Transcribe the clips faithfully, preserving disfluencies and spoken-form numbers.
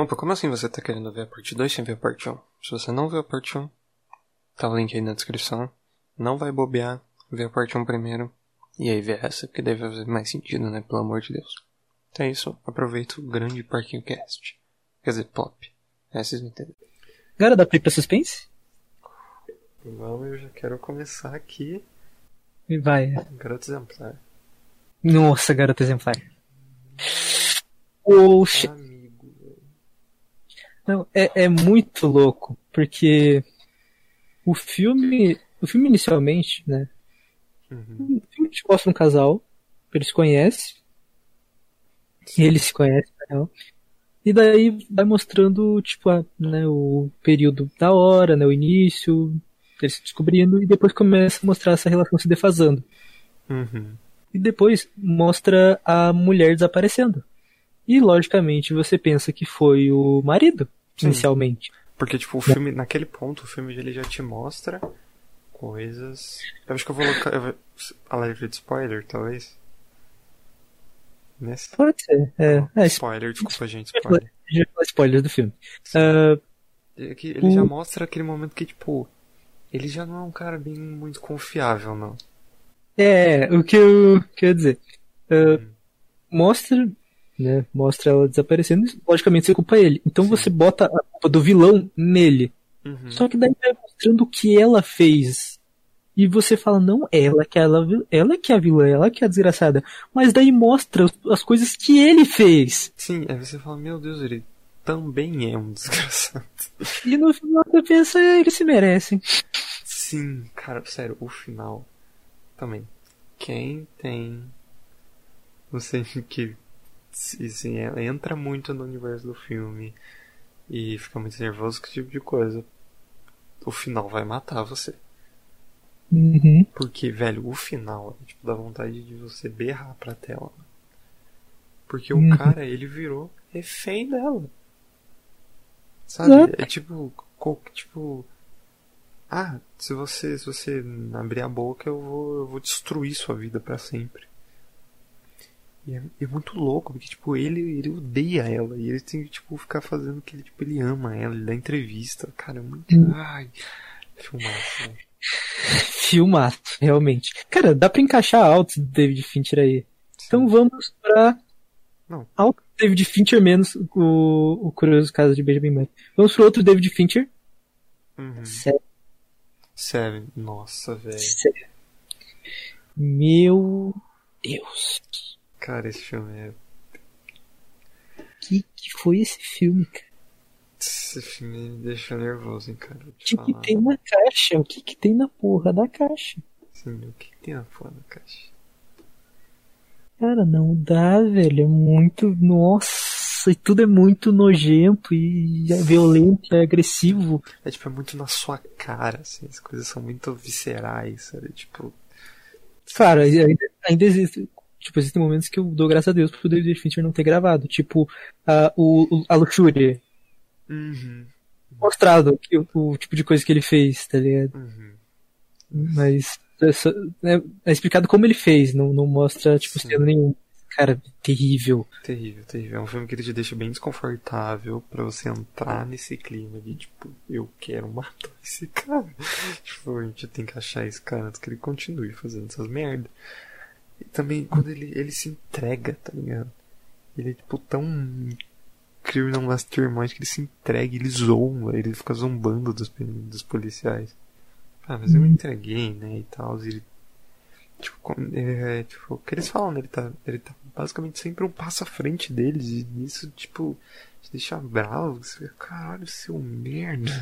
Opa, como assim você tá querendo ver a parte dois sem ver a parte um? Se você não viu a parte um, tá o link aí na descrição. Não vai bobear, vê a parte um primeiro. E aí vê essa, porque deve fazer mais sentido, né? Pelo amor de Deus. Então é isso, aproveita o grande Parquinho Cast. Quer dizer, Pop. É, vocês me entendem. Agora dá pra ir pra suspense? Vamos, eu já quero começar aqui. E vai. Garoto Exemplar. Nossa, Garota Exemplar. Poxa. Amigo, velho. Não, é, é muito louco, porque o filme, o filme inicialmente, né? Uhum. O filme te mostra um casal, eles se conhecem, e eles se conhecem, na real, e daí vai mostrando, tipo, a, né, o período da hora, né, o início, eles se descobrindo, e depois começa a mostrar essa relação se defasando. Uhum. E depois mostra a mulher desaparecendo. E, logicamente, você pensa que foi o marido, Sim. inicialmente. Porque, tipo, o filme, naquele ponto, o filme ele já te mostra coisas... Eu acho que eu vou colocar... Eu vou... Alerta de spoiler, talvez? Nesse? Pode ser. É, Não, é, spoiler, desculpa, gente, spoiler. Já falei spoilers do filme. Uh, É que ele o... já mostra aquele momento que, tipo... Ele já não é um cara bem muito confiável, não. É, o que eu quero dizer. Uh, Hum. Mostra... Né, mostra ela desaparecendo, logicamente você culpa ele. Então Sim. você bota a culpa do vilão nele. Uhum. Só que daí vai mostrando o que ela fez. E você fala, não, ela que é, ela, ela que é a vilã, ela que é a desgraçada. Mas daí mostra as coisas que ele fez. Sim, aí você fala, meu Deus, ele também é um desgraçado. E no final você pensa, eles se merecem. Sim, cara, sério, o final também. Quem tem... Você que... Sim, ela entra muito no universo do filme e fica muito nervoso com esse tipo de coisa. O final vai matar você. Uhum. Porque, velho, o final, tipo, dá vontade de você berrar pra tela. Porque Uhum. o cara, ele virou refém dela. Sabe? Exato. É tipo, co- tipo, ah, se você, se você abrir a boca, eu vou, eu vou destruir sua vida pra sempre. E é, é muito louco, porque, tipo, ele, ele odeia ela. E ele tem que, tipo, ficar fazendo que ele, tipo, ele ama ela, ele dá entrevista. Cara, é muito... Hum. Ai, filmaço, né? Filmaço, realmente. Cara, dá pra encaixar alto do David Fincher aí. Então vamos pra... Não. Alto David Fincher menos o, o curioso caso de Benjamin Button. Vamos pro outro David Fincher. Uhum. Sério. Seven. Nossa, velho. Sério. Meu Deus. Cara, esse filme é... Que que foi esse filme, cara? Esse filme me deixa nervoso, hein, cara. Vou O te que que falar. tem na caixa? O que que tem na porra da caixa? Sim, o que, que tem na porra da caixa? Cara, não dá, velho. É muito... Nossa, e tudo é muito nojento e é violento, é agressivo. É, tipo, é muito na sua cara, assim. As coisas são muito viscerais, sabe? Tipo... Cara, ainda, ainda existe... Tipo, existem momentos que eu dou graças a Deus pro David Fincher não ter gravado. Tipo, a, o, a luxúria. Uhum. Mostrado que, o, o tipo de coisa que ele fez, tá ligado? Uhum. Mas é, só- é- é explicado como ele fez, não, não mostra, tipo, Sim. cena nenhum. Cara, terrível. Terrível, terrível. É um filme que ele te deixa bem desconfortável pra você entrar nesse clima de, tipo, eu quero matar esse cara. Tipo, a gente tem que achar esse cara antes que ele continue fazendo essas merdas. E também quando ele, ele se entrega, tá ligado? Ele é, tipo, tão criminal mastermind que ele se entrega, ele zomba, ele fica zombando dos, dos policiais. Ah, mas eu me entreguei, né, e tal, e ele... Tipo, como- é, tipo, o que eles falam, né? Ele tá, ele tá basicamente sempre um passo à frente deles. E isso, tipo, te deixa bravo. Você fica, caralho, seu merda.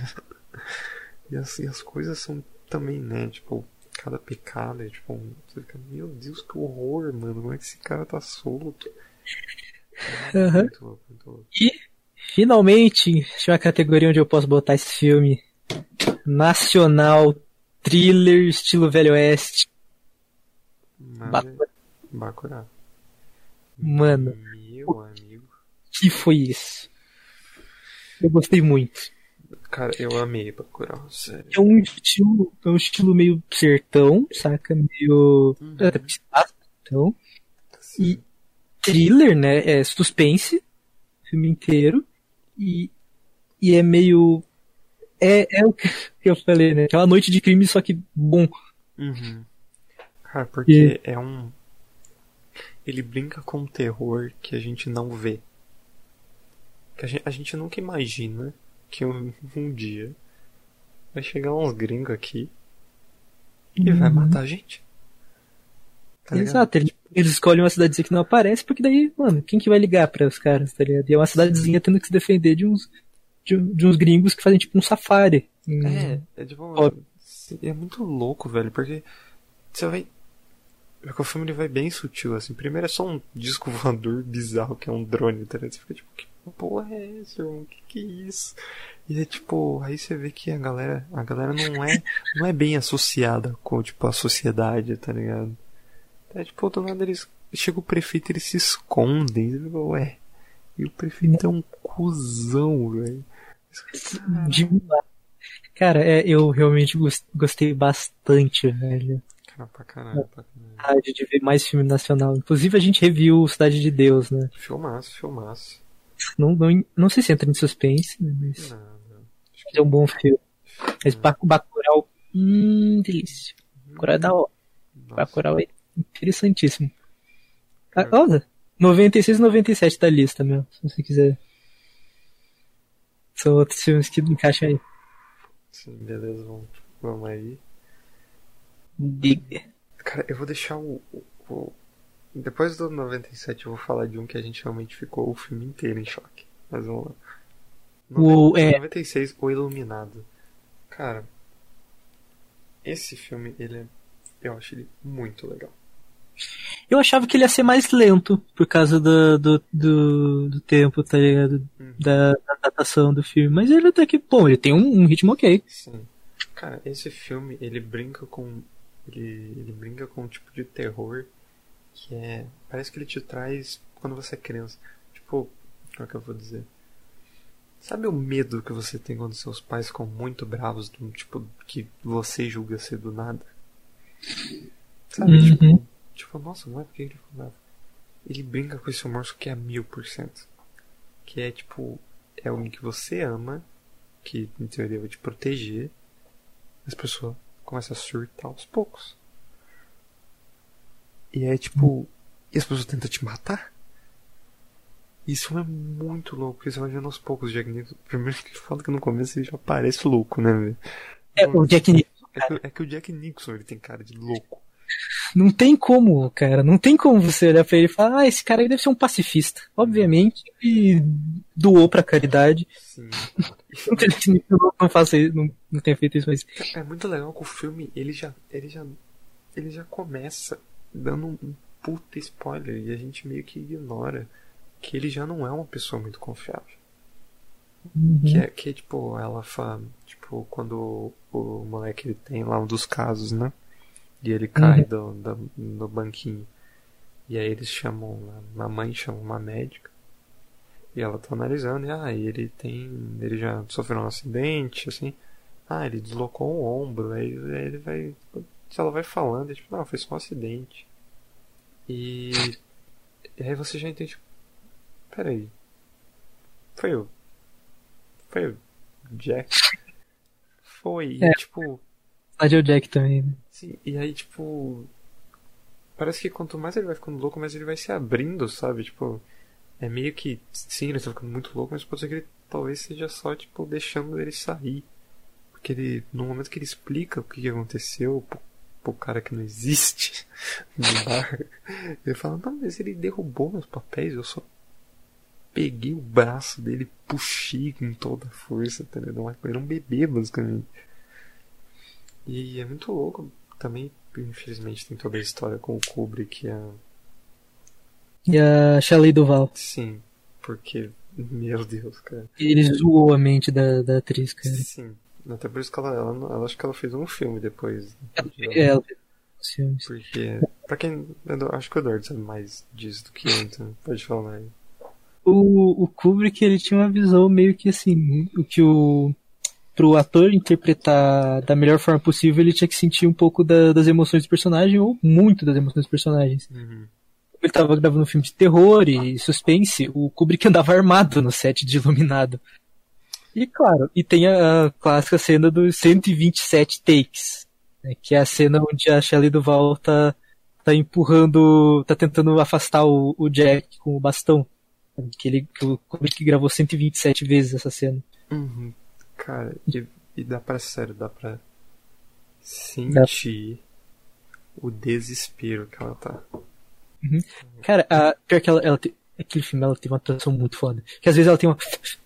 E assim, as coisas são também, né? Tipo, cada pecado é tipo, um, você fica, meu Deus, que horror, mano. Como é que esse cara tá solto? É, Aham. muito louco, muito louco. E, finalmente, tinha uma categoria onde eu posso botar esse filme. Nacional, thriller, estilo Velho Oeste. Mas Bacurau. é Bacurau. Mano. Meu amigo. Que foi isso? Eu gostei muito. Cara, eu amei Bacurau, sério. É um estilo, é um estilo meio sertão, saca? Meio... Uhum. até sertão. E thriller, né? É suspense, o filme inteiro. E, e é meio... É, é o que eu falei, né? Aquela noite de crime, só que bom. Uhum. Cara, porque e... é um... Ele brinca com um terror que a gente não vê. Que a gente, a gente nunca imagina que um, um dia vai chegar uns gringos aqui e uhum. vai matar a gente. Tá Exato, eles, eles escolhem uma cidadezinha que não aparece, porque daí, mano, quem que vai ligar pra os caras, tá ligado? E é uma cidadezinha tendo que se defender de uns, de, de uns gringos que fazem tipo um safari. É, é tipo... É muito louco, velho, porque você vai... Porque o filme ele vai bem sutil, assim. Primeiro é só um disco voador bizarro, que é um drone, tá ligado? Você fica tipo, que porra é essa, irmão? Que que é isso? E é tipo, aí você vê que a galera, a galera não é, não é bem associada com, tipo, a sociedade, tá ligado? É tipo, do nada eles, chega o prefeito e eles se escondem. Você fica, ué, e o prefeito é um cuzão, velho. Demais. Cara, é, eu realmente gostei bastante, velho. Cara, pra caralho, pra caralho. De ver mais filme nacional. Inclusive a gente reviu Cidade de Deus, né? Filmaço, filmaço. Não, não, não sei se entra em suspense, né? Mas... Não, não. Acho que é um bom filme. Mas Bacurau, hum, delícia. Bacurau é da hora. Bacurau é interessantíssimo. Ah, olha, noventa e seis e noventa e sete da lista, meu. Se você quiser. São outros filmes que encaixam aí. Sim, beleza, vamos, vamos aí. Diga. Cara, eu vou deixar o, o, o... Depois do noventa e sete eu vou falar de um que a gente realmente ficou o filme inteiro em choque. Mas vamos lá. O, é... noventa e seis, O Iluminado. Cara, esse filme, ele é... Eu acho ele muito legal. Eu achava que ele ia ser mais lento por causa do, do, do, do tempo, tá ligado? Uhum. Da, da datação do filme. Mas ele até que, bom, ele tem um, um ritmo ok. Sim. Cara, esse filme, ele brinca com... Ele, ele brinca com um tipo de terror que é... Parece que ele te traz quando você é criança. Tipo, como é que eu vou dizer? Sabe o medo que você tem quando seus pais ficam muito bravos, do tipo, que você julga ser do nada? Sabe, uhum. tipo... Tipo, nossa, não é porque ele ficou bravo. Ele brinca com esse humor, só que é mil por cento. Que é, tipo, é alguém que você ama, que, em teoria, vai te proteger. As pessoas começam a surtar aos poucos. E é, tipo... E as pessoas tentam te matar? Isso é muito louco, porque você vai vendo aos poucos o Jack Nicholson. Primeiro que fala que no começo ele já parece louco, né, velho? É, o Jack Nicholson. É que, é que o Jack Nicholson, ele tem cara de louco. Não tem como, cara. Não tem como você olhar pra ele e falar, ah, esse cara aí deve ser um pacifista. Obviamente, e doou pra caridade. Sim. não, não faça isso, não, não tenha feito isso, mas... É muito legal que o filme, ele já, ele já, ele já começa dando um puta spoiler e a gente meio que ignora que ele já não é uma pessoa muito confiável. Uhum. Que é, que tipo, ela fala, tipo, quando o, o moleque ele tem lá um dos casos, né? E ele cai uhum. do, do, do banquinho. E aí eles chamam, a mãe chama uma médica. E ela tá analisando, e ah, ele tem. Ele já sofreu um acidente, assim. Ah, ele deslocou o ombro. Aí, aí ele vai. Se ela vai falando, é tipo, não, foi só um acidente. E, e aí você já entende. Peraí. Foi o. Foi o Jack? Foi, é. e tipo. É o Jack também, né? Sim, e aí, tipo... Parece que quanto mais ele vai ficando louco, mais ele vai se abrindo, sabe? Tipo, é meio que... Sim, ele tá ficando muito louco, mas pode ser que ele talvez seja só, tipo, deixando ele sair. Porque ele, no momento que ele explica o que, que aconteceu pro, pro cara que não existe no bar, ele fala, não, mas ele derrubou meus papéis, eu só peguei o braço dele e puxei com toda a força, tá ligado? Era um bebê, basicamente. E é muito louco. Também, infelizmente, tem toda a história com o Kubrick e a... E a Shelley Duvall. Sim, porque... Meu Deus, cara. Ele zoou a mente da, da atriz, cara. Sim. Até por isso que ela, ela, ela acho que ela fez um filme depois. É, ela fez uns filmes. Porque, pra quem... Eu acho que o Eduardo sabe mais disso do que eu, então pode falar aí. O, o Kubrick, ele tinha uma visão meio que assim, o que o... Pro ator interpretar da melhor forma possível, ele tinha que sentir um pouco da, das emoções do personagem, ou muito das emoções dos personagens. Uhum. ele tava gravando um filme de terror e suspense, o Kubrick andava armado no set de Iluminado. E claro, e tem a clássica cena dos cento e vinte e sete takes, né, que é a cena onde a Shelley Duvall tá, tá empurrando, tá tentando afastar o, o Jack com o bastão. Que, ele, que o Kubrick gravou cento e vinte e sete vezes essa cena. Uhum. Cara, e, e dá pra, sério, dá pra sentir dá. o desespero que ela tá. Uhum. Cara, a, pior que ela, ela tem, aquele filme ela tem uma atuação muito foda. Que às vezes ela tem uma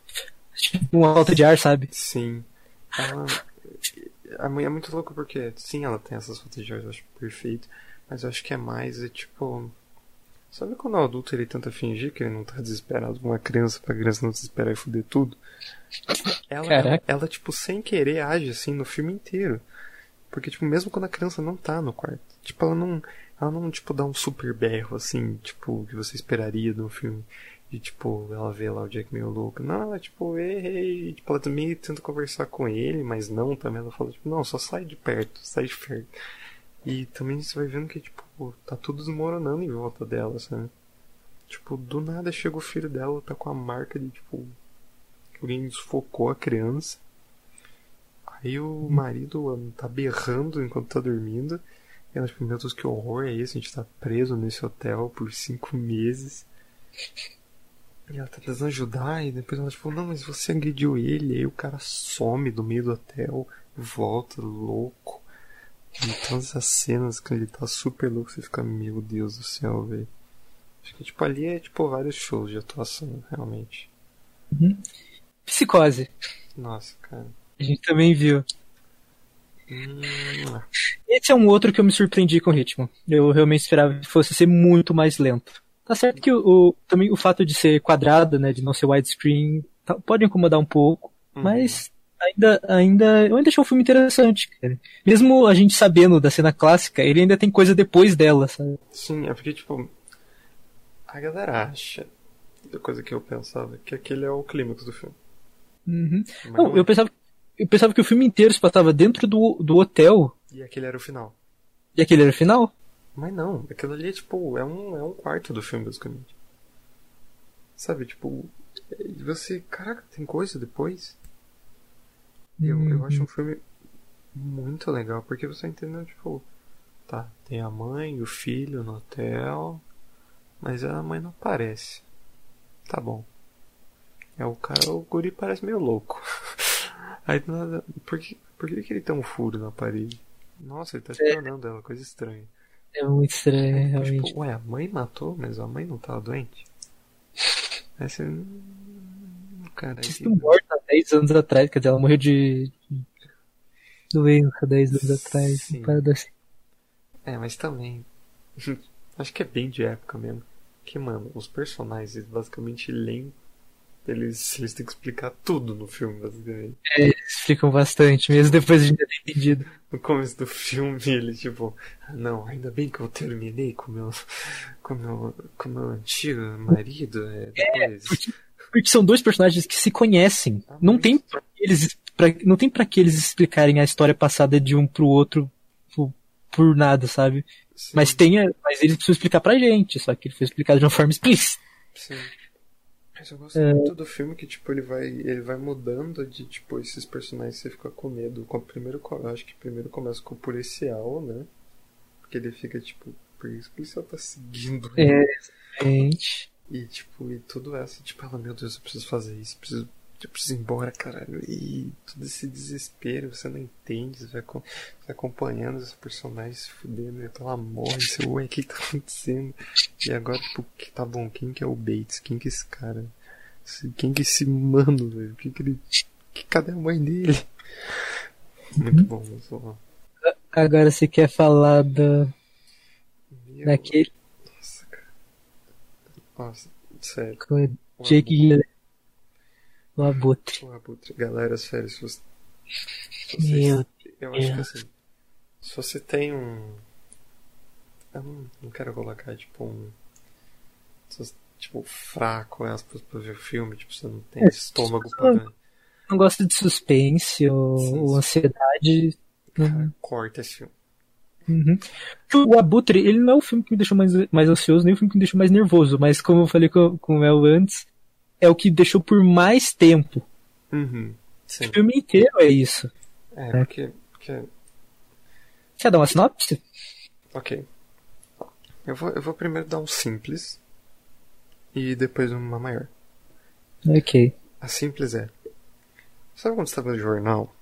uma falta de ar, sabe? Sim. Ela, a mãe é muito louca porque, sim, ela tem essas faltas de ar, eu acho perfeito. Mas eu acho que é mais, é tipo... Sabe quando o adulto ele tenta fingir que ele não tá desesperado com uma criança pra criança não desesperar e foder tudo? Ela, ela, ela, tipo, sem querer age assim no filme inteiro. Porque, tipo, mesmo quando a criança não tá no quarto. Tipo, ela não, ela não, tipo, dá um super berro, assim, tipo, que você esperaria de um filme. De, tipo, ela vê lá o Jack meio louco. Não, ela, tipo, ei, tipo, ela também tenta conversar com ele, mas não, também ela fala, tipo, não, só sai de perto, sai de perto. E também você vai vendo que, tipo, tá tudo desmoronando em volta dela, sabe? Tipo, do nada chega o filho dela, tá com a marca de, tipo, que alguém sufocou a criança. Aí o marido tá berrando enquanto tá dormindo. E ela, tipo, meu Deus, que horror é esse? A gente tá preso nesse hotel por cinco meses. E ela tá tentando ajudar, e depois ela, tipo, não, mas você agrediu ele. E aí o cara some do meio do hotel, volta louco. E todas essas cenas que ele tá super louco, você fica, meu Deus do céu, velho. Acho que, tipo, ali é, tipo, vários shows de atuação, realmente. Uhum. Psicose. Nossa, cara. A gente também viu. Hum... Esse é um outro que eu me surpreendi com o ritmo. Eu realmente esperava que fosse ser muito mais lento. Tá certo que o, o, também o fato de ser quadrado, né, de não ser widescreen, tá, pode incomodar um pouco, uhum. Mas ainda, ainda, eu ainda achei um filme interessante, cara. Mesmo a gente sabendo da cena clássica, ele ainda tem coisa depois dela, sabe? Sim, é porque, tipo, a galera acha, a coisa que eu pensava, que aquele é o clímax do filme. Uhum. Não, não é. eu, pensava, eu pensava que o filme inteiro se passava dentro do, do hotel. E aquele era o final. E aquele era o final? Mas não, aquilo ali é tipo, é um, é um quarto do filme, basicamente. Sabe, tipo, você, caraca, tem coisa depois? Eu, uhum. eu acho um filme muito legal, porque você entendeu, tipo, tá, tem a mãe e o filho no hotel, mas a mãe não aparece. Tá bom. É o cara, o guri parece meio louco. Aí nada, por que, por que ele tem um furo na parede? Nossa, ele tá espionando é. ela, coisa estranha. É muito estranho, aí, realmente. Tipo, ué, a mãe matou, mas a mãe não tava doente? Aí você... Cara, tinha sido morta há dez anos atrás, quer dizer, ela morreu de doença dez anos atrás. Assim. É, mas também... acho que é bem de época mesmo. Que, mano, os personagens, eles basicamente leem... Eles, eles têm que explicar tudo no filme, basicamente. É, eles explicam bastante, mesmo depois a gente ter entendido. No começo do filme, ele tipo, não, ainda bem que eu terminei com meu, com meu, com meu antigo marido. É, depois... é porque, porque são dois personagens que se conhecem. Ah, não, tem pra eles, pra, não tem pra que eles explicarem a história passada de um pro outro por, por nada, sabe? Mas, tem, mas eles precisam explicar pra gente, só que ele foi explicado de uma forma explícita. Sim. Mas eu gosto é... muito do filme que, tipo, ele vai, ele vai mudando de, tipo, esses personagens você fica com medo. Com o primeiro, eu acho que primeiro começa com o policial, né? Porque ele fica, tipo, por isso que o policial tá seguindo. É, exatamente. E, tipo, e tudo essa, tipo, ela, meu Deus, eu preciso fazer isso, eu preciso, eu preciso ir embora, caralho. E todo esse desespero, você não entende, você vai, você vai acompanhando os personagens se fudendo, e ela morre, você, ué, o que tá acontecendo? E agora, tipo, que, tá bom, quem que é o Bates? Quem que é esse cara? Quem que é esse mano, velho? Que que ele... que, cadê a mãe dele? Muito bom, só. Agora você quer falar da... Meu... daquele... Nossa, cara. Nossa, sério. Jake Gyllenhaal. O Abutre. O Abutre. Galera, sério, se você... Se vocês... Meu eu Deus. Acho que assim, se você tem um... Eu não, não quero colocar, tipo, um... tipo, fraco, aspas, pra ver o filme, tipo, você não tem é, estômago pra ver. Não gosta de suspense ou, sim, ou ansiedade. Cara, hum. corta esse filme. Uhum. O Abutre, ele não é o filme que me deixou mais, mais ansioso, nem o filme que me deixou mais nervoso, mas como eu falei com, com o Mel antes, é o que deixou por mais tempo. Uhum, O sim. filme inteiro é isso. É, É. porque, porque... Quer dar uma sinopse? Ok. Eu vou, eu vou primeiro dar um simples e depois uma maior. Ok. A simples é... Sabe quando você tá no jornal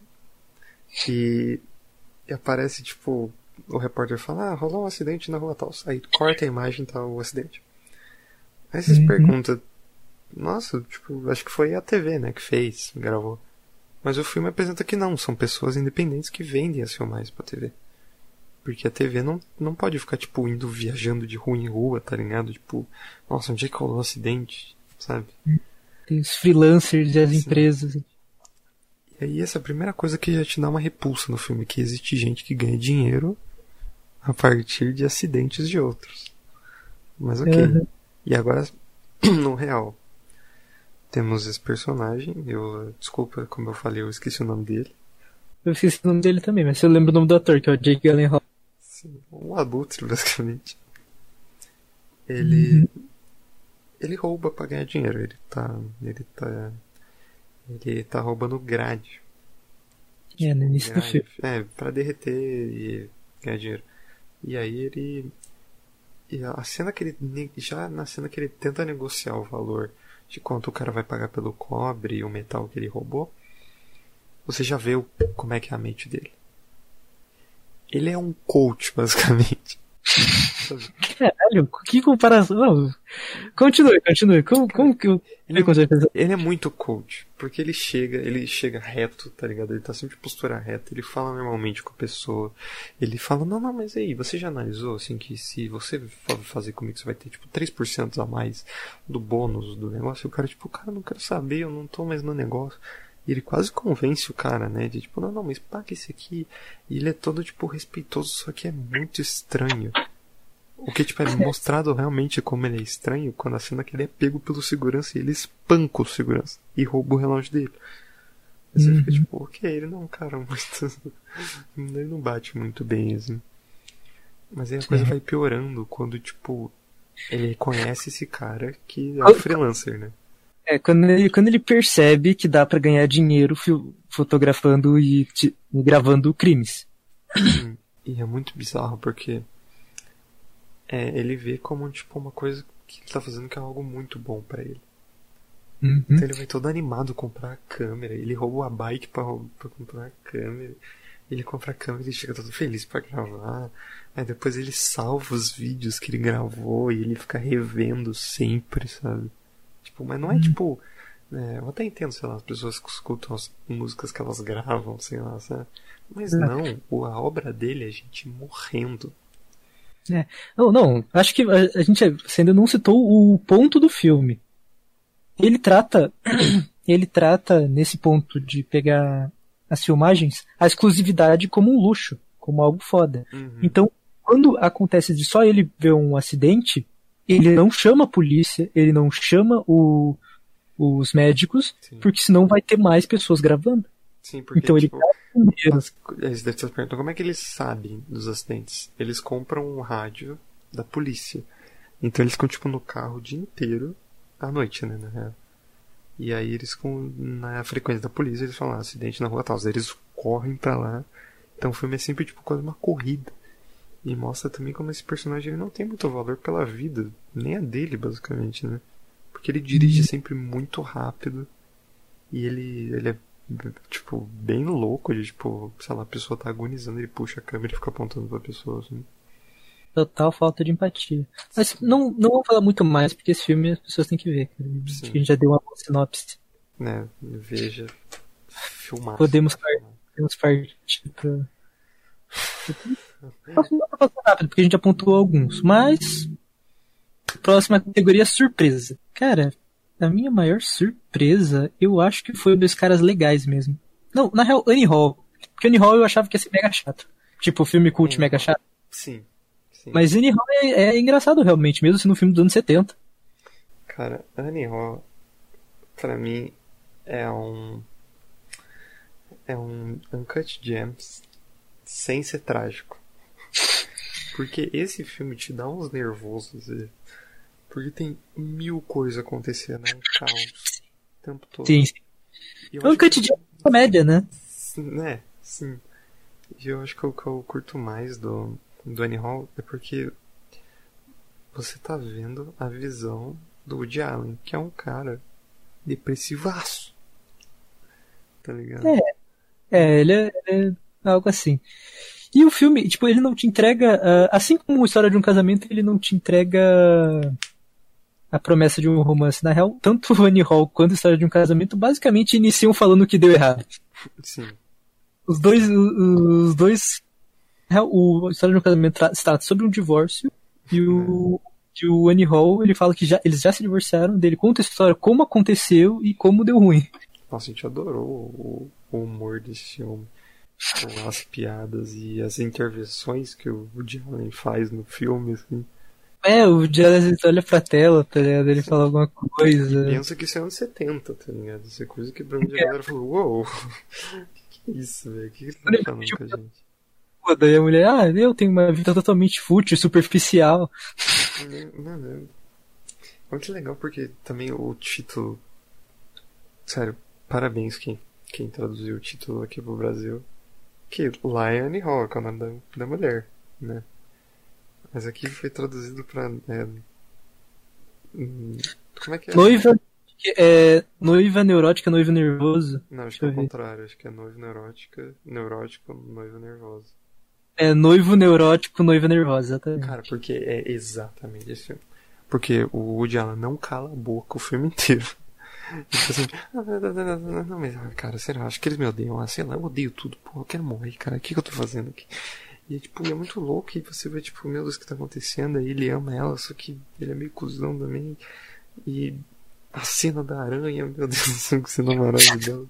e, e aparece, tipo, o repórter fala, ah, rolou um acidente na rua tal. Aí corta a imagem e tá o acidente. Aí você se Uhum. pergunta, nossa, tipo, acho que foi a T V, né, que fez, gravou. Mas o filme apresenta que não, são pessoas independentes que vendem as filmagens pra T V. Porque a T V não, não pode ficar, tipo, indo viajando de rua em rua, tá ligado? Tipo, nossa, onde é que rolou um acidente, sabe? Tem os freelancers e as Sim. empresas. E aí essa é a primeira coisa que já te dá uma repulsa no filme, que existe gente que ganha dinheiro a partir de acidentes de outros. Mas ok. Uhum. E agora, no real, temos esse personagem, eu, desculpa, como eu falei, eu esqueci o nome dele. Eu esqueci o nome dele também, mas eu lembro o nome do ator, que é o Jake Gyllenhaal. Sim, um abutre, basicamente. Ele... Uhum. Ele rouba pra ganhar dinheiro, ele tá... Ele tá... Ele tá roubando grade. É, no início do filme. É, pra derreter e ganhar dinheiro. E aí ele... E a cena que ele... Já na cena que ele tenta negociar o valor de quanto o cara vai pagar pelo cobre e o metal que ele roubou, você já vê o, como é que é a mente dele. Ele é um coach, basicamente. Caralho, que comparação. Não, continue, continue. Como, como que eu... Ele é, ele é muito coach, porque ele chega, ele chega reto, tá ligado? Ele tá sempre de postura reta, ele fala normalmente com a pessoa, ele fala, não, não, mas aí, você já analisou, assim, que se você for fazer comigo, você vai ter, tipo, três por cento a mais do bônus do negócio, e o cara, tipo, cara, não quero saber, eu não tô mais no negócio. E ele quase convence o cara, né, de tipo, não, não, mas paga esse aqui. E ele é todo, tipo, respeitoso, só que é muito estranho. O que, tipo, é mostrado realmente como ele é estranho quando a cena que ele é pego pelo segurança e ele espanca o segurança e rouba o relógio dele. Aí você uhum. fica tipo, ok, ele não é um cara muito... ele não bate muito bem, assim. Mas aí a coisa vai piorando quando, tipo, ele conhece esse cara que é o freelancer, né? É, quando ele, quando ele percebe que dá pra ganhar dinheiro fotografando e, e gravando crimes. Sim. E é muito bizarro porque... É, ele vê como, tipo, uma coisa que ele tá fazendo que é algo muito bom pra ele. Uhum. Então ele vai todo animado comprar a câmera, ele rouba a bike pra, pra comprar a câmera, ele compra a câmera e chega todo feliz pra gravar, aí depois ele salva os vídeos que ele gravou e ele fica revendo sempre, sabe? Tipo, mas não é uhum. tipo... É, eu até entendo, sei lá, as pessoas que escutam as músicas que elas gravam, sei lá, sabe? Mas uhum. não, a obra dele é gente morrendo. É. Não, não, acho que a, a gente você ainda não citou o ponto do filme. Ele trata, ele trata nesse ponto de pegar as filmagens, a exclusividade como um luxo, como algo foda. Uhum. Então, quando acontece de só ele ver um acidente, ele não chama a polícia, ele não chama o, os médicos, Sim. porque senão vai ter mais pessoas gravando. Sim, porque, então tipo, ele as, eles devem estar perguntando como é que eles sabem dos acidentes. Eles compram um rádio da polícia. Então eles ficam, tipo, no carro o dia inteiro, à noite, né, na real. E aí eles, com, na frequência da polícia, eles falam, ah, acidente na rua tal. Eles correm pra lá. Então o filme é sempre, tipo, quase uma corrida. E mostra também como esse personagem ele não tem muito valor pela vida. Nem a dele, basicamente, né. Porque ele dirige sempre muito rápido. E ele, ele é tipo, bem louco de, tipo, sei lá, a pessoa tá agonizando, ele puxa a câmera e fica apontando pra pessoa, assim. Total falta de empatia. Mas não, não vou falar muito mais, porque esse filme as pessoas têm que ver. Acho que a gente já deu uma boa sinopse. Né, veja, filmar. Podemos, par- podemos partir pra... Posso passar rápido, porque a gente apontou alguns, mas... Próxima categoria, surpresa. Cara... A minha maior surpresa, eu acho que foi dos caras legais mesmo. Não, na real, Annie Hall. Porque Annie Hall eu achava que ia ser mega chato. Tipo, filme cult sim. mega chato. Sim. sim. Mas Annie Hall é, é engraçado realmente, mesmo sendo um filme dos anos setenta. Cara, Annie Hall, pra mim, é um... É um Uncut Gems sem ser trágico. Porque esse filme te dá uns nervosos, Zé. Porque tem mil coisas acontecendo, é um caos o tempo todo. Sim, sim. E eu É um acho que- cotidiano de comédia, né? Sim, né? Sim. E eu acho que o que eu curto mais do, do Annie Hall é porque você tá vendo a visão do Woody Allen, que é um cara depressivaço. Tá ligado? É. É, ele é, ele é algo assim. E o filme, tipo, ele não te entrega. ah, assim como a História de um Casamento, ele não te entrega a promessa de um romance. Na real, tanto o Annie Hall quanto a História de um Casamento basicamente iniciam falando que deu errado. Sim. Os dois. Os dois. na real, O a História de um Casamento tra- se trata sobre um divórcio. E o. E o Annie Hall, ele fala que já, eles já se divorciaram. Dele conta a história, como aconteceu e como deu ruim. Nossa, a gente adorou o, o humor desse filme. Com as piadas e as intervenções que o Woody Allen faz no filme, assim. É, o Jazz olha pra tela, tá ligado? Ele fala alguma coisa. Pensa que isso é anos setenta, tá ligado? Isso é coisa que pra onde a galera falou, uou, que que é isso, velho? O que que ele tá falando com a gente? Pô, daí a mulher, ah, eu tenho uma vida totalmente fútil, superficial. Mano, é muito legal porque também o título. Sério, parabéns quem, quem traduziu o título aqui pro Brasil. Que lá é Annie Hall, que é o nome da, da mulher, né? Mas aqui foi traduzido pra. É, hum, como é que é? Noiva, que é, noiva neurótica, noivo nervoso. Não, acho que é o Deixa eu ver. contrário. Acho que é noivo neurótica, neurótico, noivo nervoso. É noivo neurótico, noiva nervosa, exatamente. Cara, porque é exatamente esse filme. Porque o Woody Allen não cala a boca o filme inteiro. Ele fica assim, "Ah, não, não, não, não, não, mas, ah, cara, será? Acho que eles me odeiam. Ah, sei lá, eu odeio tudo. Pô, eu quero morrer, cara. O que, que eu tô fazendo aqui? E, tipo, é muito louco. E você vê, tipo, meu Deus, o que tá acontecendo? Aí ele ama ela, só que ele é meio cuzão também. E a cena da aranha, meu Deus do céu, que cena maravilhosa.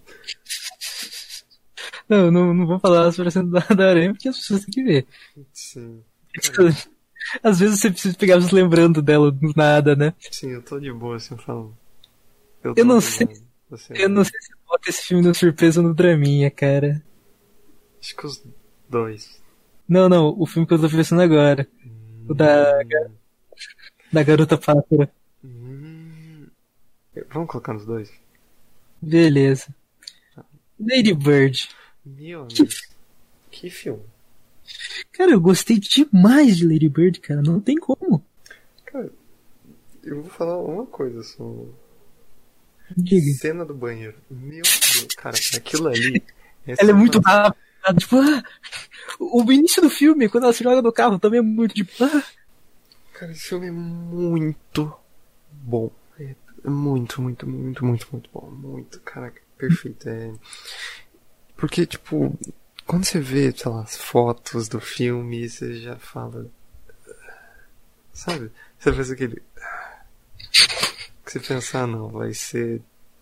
Não, não, não vou falar sobre a cena da, da aranha porque as pessoas têm que ver. Sim. Às vezes você precisa pegar se lembrando dela do nada, né? Sim, eu tô de boa, assim, eu falo. Eu, Eu não tô sei. ligado. Você Eu não sei se eu boto esse filme no surpresa ou no draminha, cara. Acho que os dois. Não, não, o filme que eu tô pensando agora. O da, da garota pássara. Hum. Vamos colocar nos dois? Beleza. Lady Bird. Meu amigo. Que filme. Cara, eu gostei demais de Lady Bird, cara. Não tem como. Cara, eu vou falar uma coisa só. Diga. Cena do banheiro. Meu Deus, cara, aquilo ali. Ela é muito rápida. Tipo, ah, o início do filme, quando ela se joga no carro, também é muito tipo, ah. Cara, esse filme é muito bom. É muito, muito, muito, muito, muito bom. Muito, caraca, perfeito. É. Porque, tipo, quando você vê, sei lá, as fotos do filme, você já fala. Sabe? Você faz aquele. Que você pensa, ah, não, vai ser.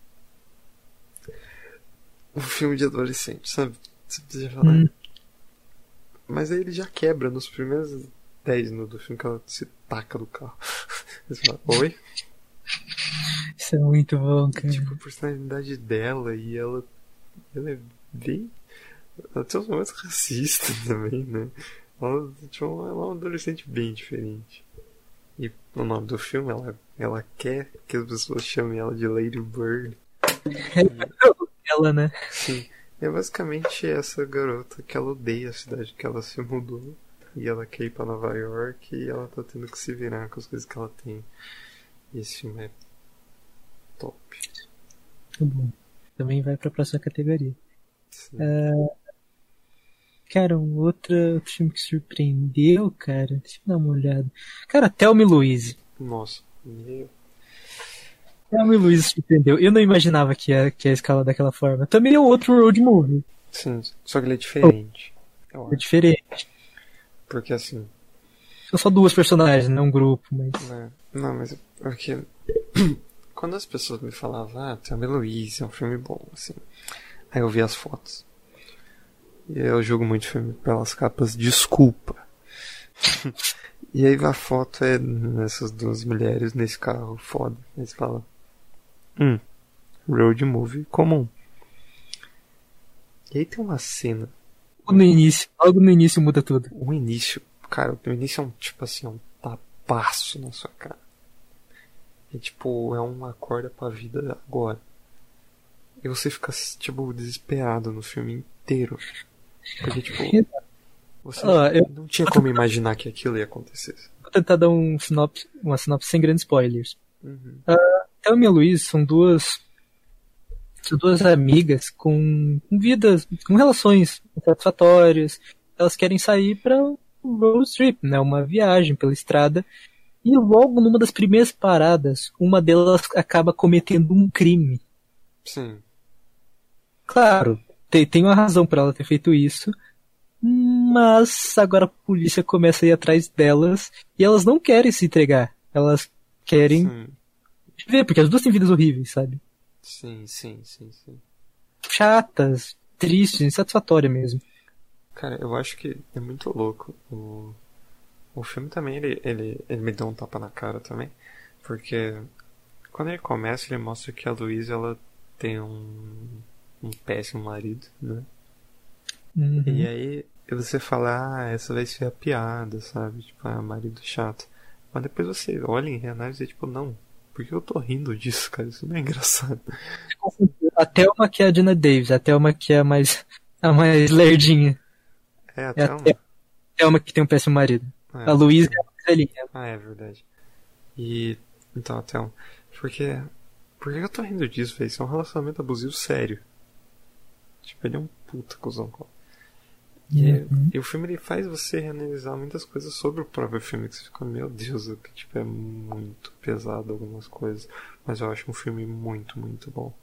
Um filme de adolescente, sabe? Você já fala. Hum. Mas aí ele já quebra nos primeiros dez minutos do filme que ela se taca do carro. Você fala, oi? Isso é muito bom, cara. Tipo, a personalidade dela e ela. Ela é bem. Ela tem uns momentos racistas também, né? Ela, tipo, ela é uma adolescente bem diferente. E o nome do filme, ela, ela quer que as pessoas chamem ela de Lady Bird. Ela, né? Sim. É basicamente essa garota que ela odeia a cidade que ela se mudou. E ela quer ir pra Nova York e ela tá tendo que se virar com as coisas que ela tem. E esse filme é top. Muito bom. Também vai pra próxima categoria. Sim. Cara, um outro, outro filme que surpreendeu, cara. Deixa eu dar uma olhada. Cara, Thelma e Louise. Nossa, meu. Thelma e Louise surpreendeu. Eu não imaginava que ia, que ia escalar daquela forma. Também é um outro road movie. Sim, só que ele é diferente. Eu É acho. diferente. Porque assim. São só duas personagens, não um grupo, mas. Né? Não, mas porque. Quando as pessoas me falavam, ah, Thelma e Louise é um filme bom, assim. Aí eu vi as fotos. E eu jogo muito filme pelas capas, desculpa. E aí a foto é nessas duas mulheres nesse carro foda. Aí você fala, hum, road movie comum. E aí tem uma cena, No início, logo no início muda tudo. o início, cara, o início é um, tipo assim, é um tapaço na sua cara. É tipo, é uma acorda pra vida agora. E você fica, tipo, desesperado no filme inteiro. Porque, tipo, você Ah, eu- não tinha como imaginar que aquilo ia acontecer. Vou tentar dar um sinopse, uma sinopse sem grandes spoilers. Uhum. Thelma e a Louise são duas, são duas amigas com, com vidas, com relações satisfatórias. Elas querem sair para um road trip, né? Uma viagem pela estrada. E logo numa das primeiras paradas, uma delas acaba cometendo um crime. Sim. Claro, tem, tem uma razão para ela ter feito isso, mas agora a polícia começa a ir atrás delas e elas não querem se entregar. Elas querem Sim. ver, porque as duas têm vidas horríveis, sabe? Sim, sim, sim, sim. Chatas, tristes, insatisfatórias mesmo. Cara, eu acho que é muito louco. O, o filme também, ele, ele, ele me deu um tapa na cara também. Porque quando ele começa, ele mostra que a Louise, ela tem um, um péssimo marido, né? Uhum. E aí você fala, ah, essa vai ser a piada, sabe? Tipo, ah, marido chato. Mas depois você olha em reanálise e tipo, não. Por que eu tô rindo disso, cara? Isso não é engraçado. A Thelma que é a Dina Davis, a Thelma que é a mais, a mais lerdinha. É, É até a uma... Thelma que tem um péssimo marido. É, A Louise é a mais velhinha. Ah, é verdade. E. Então, até um. Porque. Por que eu tô rindo disso, velho? Isso é um relacionamento abusivo sério. Tipo, ele é um puta cuzão. E, Uhum. e o filme ele faz você reanalisar muitas coisas sobre o próprio filme. Que você fica, meu Deus, que tipo, é muito pesado algumas coisas. Mas eu acho um filme muito, muito bom.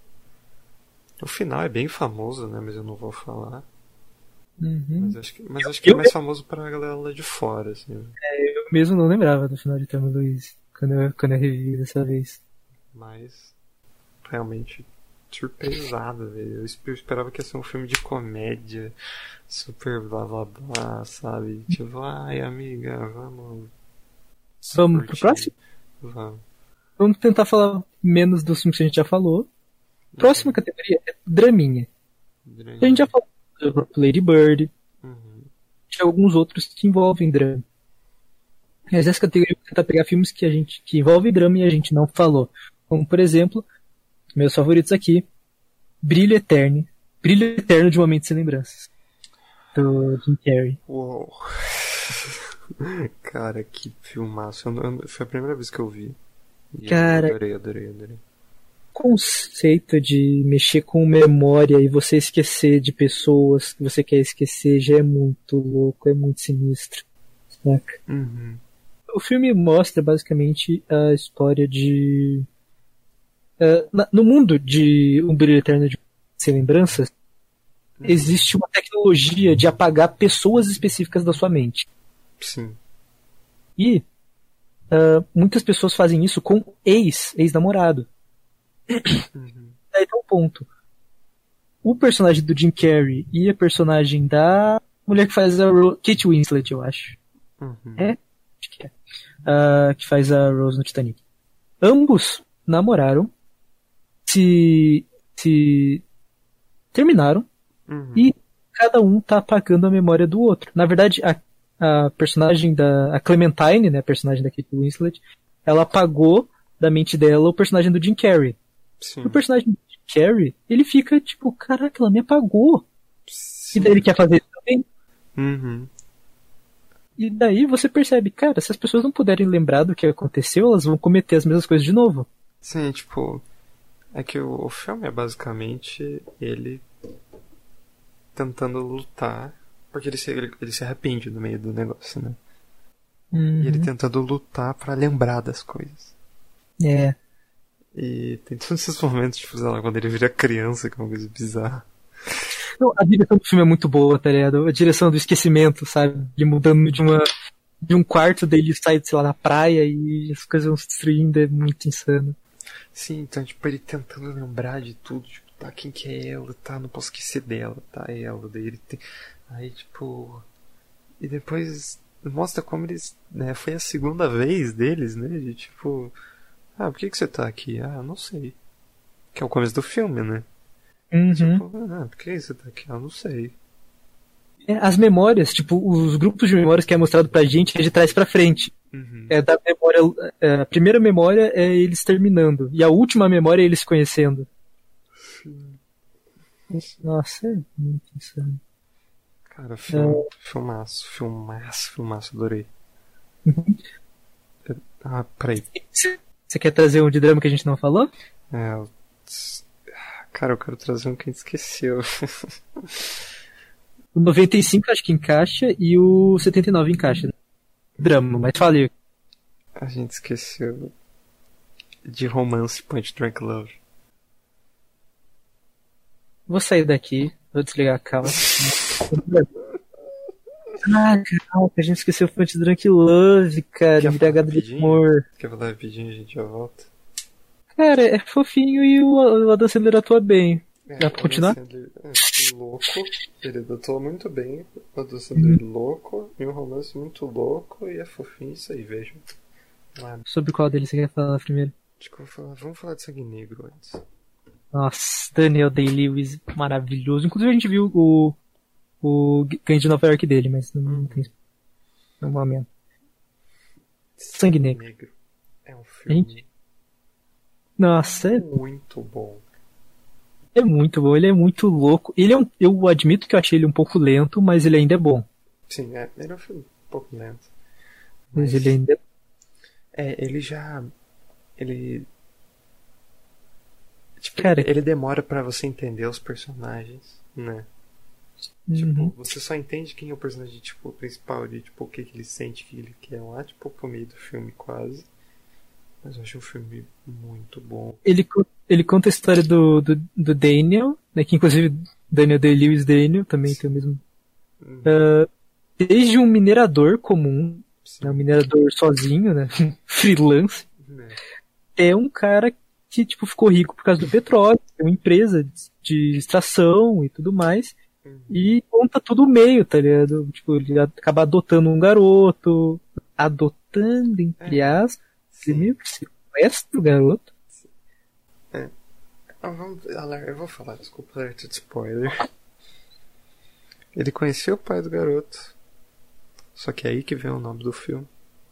O final é bem famoso, né? Mas eu não vou falar. Uhum. Mas acho que, mas acho que é Eu- mais famoso pra galera lá de fora, assim. Eu mesmo não lembrava do final de Thelma e Louise, quando eu, quando eu revi dessa vez. Mas realmente surpresado, velho. Eu, es- eu esperava que ia ser um filme de comédia, super blá blá blá, sabe? Tipo, ai amiga, vamos. Vamos pro curtir. próximo? Vamos. Vamos tentar falar menos dos filmes que a gente já falou. Próxima categoria é draminha. A gente já falou do Lady Bird, Uhum. de alguns outros que envolvem drama. Mas essa categoria eu vou tentar pegar filmes que a gente que envolvem drama e a gente não falou. Como, por exemplo, meus favoritos aqui, Brilho Eterno. Brilho Eterno de Momentos Sem Lembranças. Do Jim Carrey. Uou. Cara, que filmaço. Eu não- eu- foi a primeira vez que eu vi. E Cara, eu adorei, adorei, adorei. conceito de mexer com memória e você esquecer de pessoas que você quer esquecer já é muito louco, é muito sinistro. Saca? Uhum. O filme mostra basicamente a história de. eh, na- no mundo de Um Brilho Eterno de Sem Lembranças, existe uma tecnologia de apagar pessoas específicas da sua mente. Sim. E ah, muitas pessoas fazem isso com ex, ex-namorado. Uhum. Daí tá o ponto. O personagem do Jim Carrey e a personagem da mulher que faz a Ro- Kate Winslet, eu acho. Uhum. É? Acho que é. Ah, que faz a Rose no Titanic. Ambos namoraram, se, se terminaram Uhum. e cada um tá apagando a memória do outro. Na verdade, a, a personagem da a Clementine, né, a personagem da Kate Winslet, ela apagou da mente dela o personagem do Jim Carrey. Sim. O personagem do Jim Carrey, ele fica tipo, caraca, ela me apagou. Sim. E daí ele quer fazer isso também. Uhum. E daí você percebe, cara, se as pessoas não puderem lembrar do que aconteceu, elas vão cometer as mesmas coisas de novo. Sim, tipo. É que o, o filme é basicamente ele tentando lutar. Porque ele se, ele, ele se arrepende no meio do negócio, né? E ele tentando lutar pra lembrar das coisas. É. E tem todos esses momentos, tipo, sei lá, quando ele vira criança, que é uma coisa bizarra. Não, a direção do filme é muito boa, tá ligado? A direção do esquecimento, sabe? De mudando de uma de um quarto dele sai, sei lá, na praia e as coisas vão se destruindo, é muito insano. Sim, então, tipo, ele tentando lembrar de tudo, tipo, tá, quem que é ela, tá, não posso esquecer dela, tá, é ela, daí ele tem... Aí, tipo... E depois mostra como eles, né, foi a segunda vez deles, né, de tipo... Ah, por que que você tá aqui? Ah, eu não sei. Que é o começo do filme, né? Uhum. Tipo, ah, por que você tá aqui? Ah, eu não sei. É, as memórias, tipo, os grupos de memórias que é mostrado pra gente é de trás pra frente. Uhum. É da memória, é, a primeira memória é eles terminando, e a última memória é eles se conhecendo. Sim. Nossa, é muito insano. Cara, filme, filmaço, filmaço, filmaço, adorei. Ah, peraí. Você quer trazer um de drama que a gente não falou? É, eu- cara, eu quero trazer um que a gente esqueceu. O noventa e cinco acho que encaixa e o setenta e nove encaixa. Né? Drama, mas falei. A gente esqueceu de Romance Point Drunk Love. Vou sair daqui, vou desligar a calma. Ah, calma, a gente esqueceu o Point Drunk Love, cara. Quer Embriagado falar de rapidinho? amor. Quer falar rapidinho e a gente já volta? Cara, é fofinho e o, o Adam Sandler atua bem. É, Dá pra continuar? O Adam Sandler é louco, ele atua muito bem. O Adam Sandler Uhum. louco, e um romance muito louco, e é fofinho isso aí, vejam. Ah, Sobre qual deles você quer falar primeiro? acho que eu vou falar, vamos falar de Sangue Negro antes. Nossa, Daniel Day-Lewis, maravilhoso. Inclusive a gente viu o, o Gangue de Nova York dele, mas não, não tem no momento. Sangue Negro. É um filme Gente, Nossa, é, muito bom. é muito bom, ele é muito louco. Ele é um, eu admito que eu achei ele um pouco lento, mas ele ainda é bom. Sim, é, ele é um filme um pouco lento. Mas ele ainda É, ele já. Ele. Tipo, Cara, ele demora pra você entender os personagens, né? Tipo, uhum. você só entende quem é o personagem, tipo, principal ali, tipo, o que, que ele sente, o que ele quer lá, tipo, pro meio do filme quase. Mas eu acho um filme muito bom. ele, co- ele conta a história do, do, do Daniel, né, que inclusive Daniel Day-Lewis Daniel também tem o mesmo. Uhum, ah, Desde um minerador comum, sim. né, um minerador sozinho, né, freelance, Né? é um cara que tipo ficou rico por causa do petróleo, tem uma empresa de de extração e tudo mais, Uhum. e conta tudo meio, tá ligado? Tipo, ele acaba adotando um garoto, adotando entre aspas, ele Sim. meio que sequestra o garoto. Ah, vamos, aler- eu vou falar, desculpa, alerta de spoiler. Ele conheceu o pai do garoto. Só que é aí que vem o nome do filme.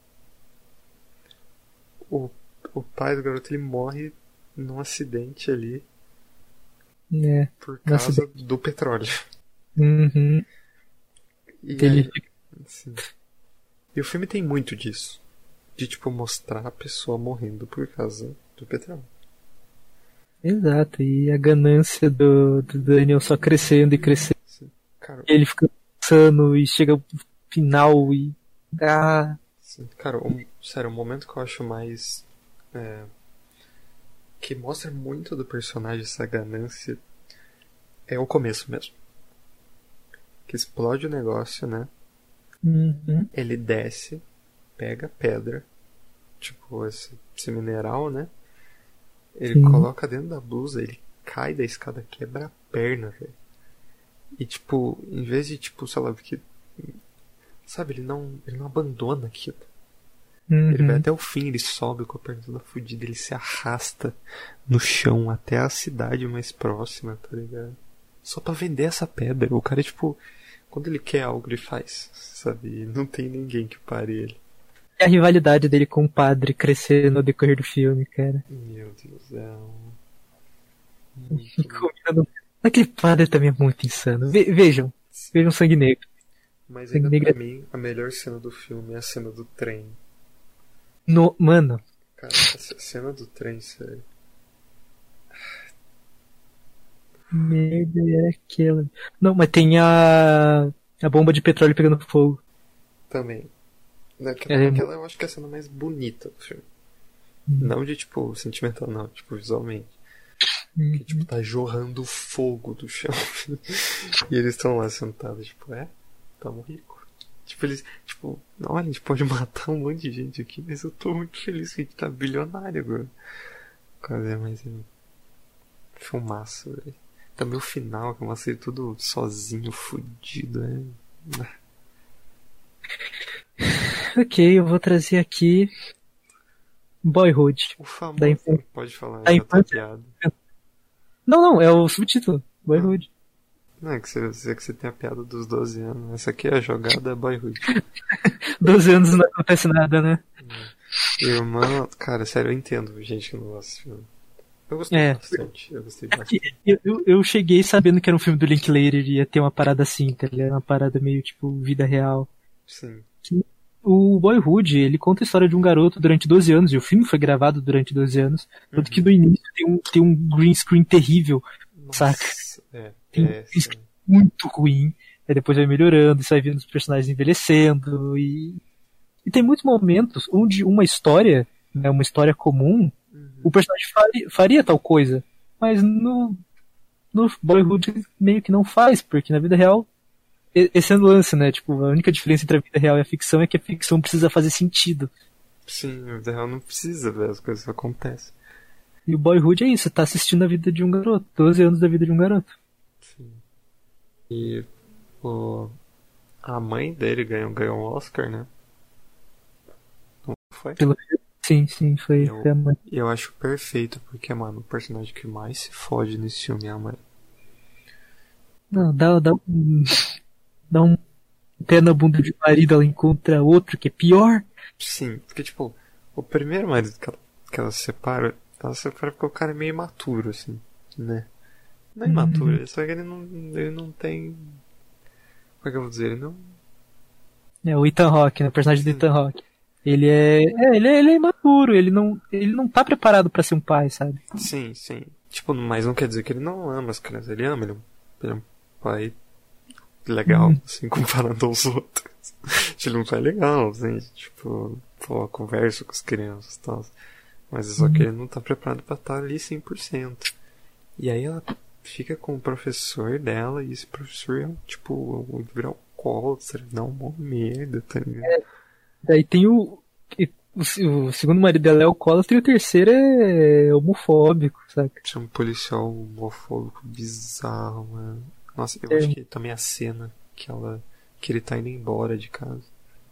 O, o pai do garoto ele morre num acidente ali É. por No causa do petróleo. Uhum. E, Ele aí, fica- assim, e o filme tem muito disso. De tipo mostrar a pessoa morrendo por causa do petróleo. Exato, e a ganância do, do Daniel só crescendo e crescendo. Assim, cara, Ele fica insano e chega ao final e. Ah, assim, cara, um, sério, o momento que eu acho mais. É, que mostra muito do personagem essa ganância é o começo mesmo. Que explode o negócio, né? uhum. Ele desce, pega a pedra, tipo esse, esse mineral, né? Ele Sim. coloca dentro da blusa, ele cai da escada, quebra a perna, velho. E tipo, em vez de tipo, sei lá, porque. Sabe, ele não, ele não abandona aquilo. Uhum. Ele vai até o fim, ele sobe com a perna toda fodida, ele se arrasta no chão até a cidade mais próxima, tá ligado? Só pra vender essa pedra. O cara, tipo, quando ele quer algo, ele faz, sabe? E não tem ninguém que pare ele. E a rivalidade dele com o padre crescendo no decorrer do filme, cara. Meu Deus, é um. Muito E combinando- Aquele padre também é muito insano. Ve- vejam, vejam Sangue Negro. Mas Sangue ainda Negro pra mim, a melhor cena do filme é a cena do trem. No, mano, Cara, essa cena do trem, sério. merda é aquela. Não, mas tem a. A bomba de petróleo pegando fogo. Também. Naquela, É, aquela eu acho que é a cena mais bonita do filme. Não de tipo sentimental, não, tipo visualmente. Uhum. Que tipo tá jorrando fogo do chão. E eles estão lá sentados, tipo, é, tamo rico. Tipo, eles, tipo, olha, a gente pode matar um monte de gente aqui, mas eu tô muito feliz que a gente tá bilionário agora. Cara, mas é filmaço, velho. Também o final, que mostra ele tudo sozinho, fudido, é. Ok, eu vou trazer aqui. Boyhood. O famoso. Da infância. Pode falar, Da já tá infância. piada. Não, não, é o subtítulo. Boyhood. Não, é que você, você, que você tem a piada dos doze anos. Essa aqui é a jogada Boyhood. doze anos não acontece nada, né? Irmã, cara, sério, eu entendo gente que não gosta desse filme. Eu gostei É. bastante. Eu gostei É bastante. que eu, eu, eu cheguei sabendo que era um filme do Linklater e ia ter uma parada assim, tá ligado? Uma parada meio tipo vida real. Sim. O Boyhood, ele conta a história de um garoto durante doze anos, e o filme foi gravado durante doze anos, tanto Uhum. que no início tem um, tem um green screen terrível, Nossa, saca? é, Tem é, um sim. muito ruim, aí depois vai melhorando, e você vai vendo os personagens envelhecendo, e, e tem muitos momentos onde uma história, né, uma história comum, Uhum. o personagem faria, faria tal coisa, mas no, no Boyhood meio que não faz, porque na vida real e- esse é o lance, né? Tipo, a única diferença entre a vida real e a ficção é que a ficção precisa fazer sentido. Sim, na vida real não precisa ver, as coisas acontecem. E o Boyhood é isso, você tá assistindo a vida de um garoto, doze anos da vida de um garoto. Sim. E o, a mãe dele ganhou, ganhou um Oscar, né? Não foi? Pelo... Sim, sim, foi, Eu, foi a mãe. eu acho perfeito, porque, mano, o personagem que mais se fode nesse filme é a mãe. Não, dá, dá um. Dá um pé na bunda de marido, ela encontra outro que é pior. Sim, porque, tipo, o primeiro marido que ela, que ela se separa, ela se separa porque o cara é meio imaturo, assim, né? Não é imaturo, Uhum. só que ele não, ele não tem... Como é que eu vou dizer? Ele não... É o Ethan Hawke, né? O personagem Sim. do Ethan Hawke. Ele é, é, ele é, ele é imaturo, ele não, ele não tá preparado pra ser um pai, sabe? Sim, sim. Tipo, mas não quer dizer que ele não ama as crianças. Ele ama, ele é um, ele é um pai legal, Hum. assim, comparado aos outros. Ele é um pai legal, assim, tipo, pô, conversa com as crianças e tal. Mas é só que ele não tá preparado pra estar ali cem por cento. E aí ela fica com o professor dela, e esse professor é, tipo, virar alcoólatra, dá uma merda, tá ligado? Daí tem o, o, o segundo marido dela é alcoólatra e o terceiro é homofóbico, saca? Tinha um policial homofóbico bizarro, mano. Nossa, eu É. acho que também a cena que ela. Que ele tá indo embora de casa.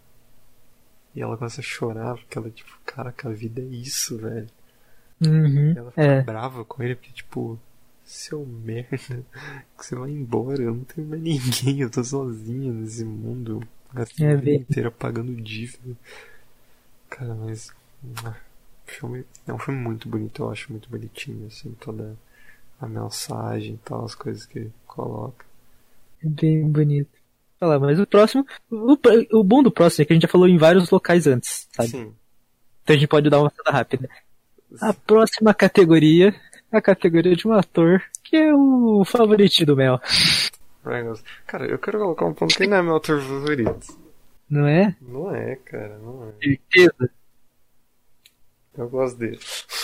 E ela começa a chorar, porque ela, tipo, caraca, a vida é isso, velho. Uhum, E ela fica é. brava com ele, porque, tipo, seu merda, que você vai embora, eu não tenho mais ninguém, eu tô sozinho nesse mundo. Gastei É, a vida velho. inteira pagando dívida. Cara, mas. ah, filme, é um filme muito bonito, eu acho muito bonitinho, assim, toda a mensagem e tal, as coisas que ele coloca. É bem bonito. Olha lá, mas o próximo. O, o bom do próximo é que a gente já falou em vários locais antes, sabe? Sim. Então a gente pode dar uma passada rápida. A próxima categoria é a categoria de um ator que é o favoritinho do Mel. Ryan Gosling. Cara, eu quero colocar um ponto que ele não é meu ator favorito. Não é? Não é, cara, não é. Certeza. Eu gosto dele.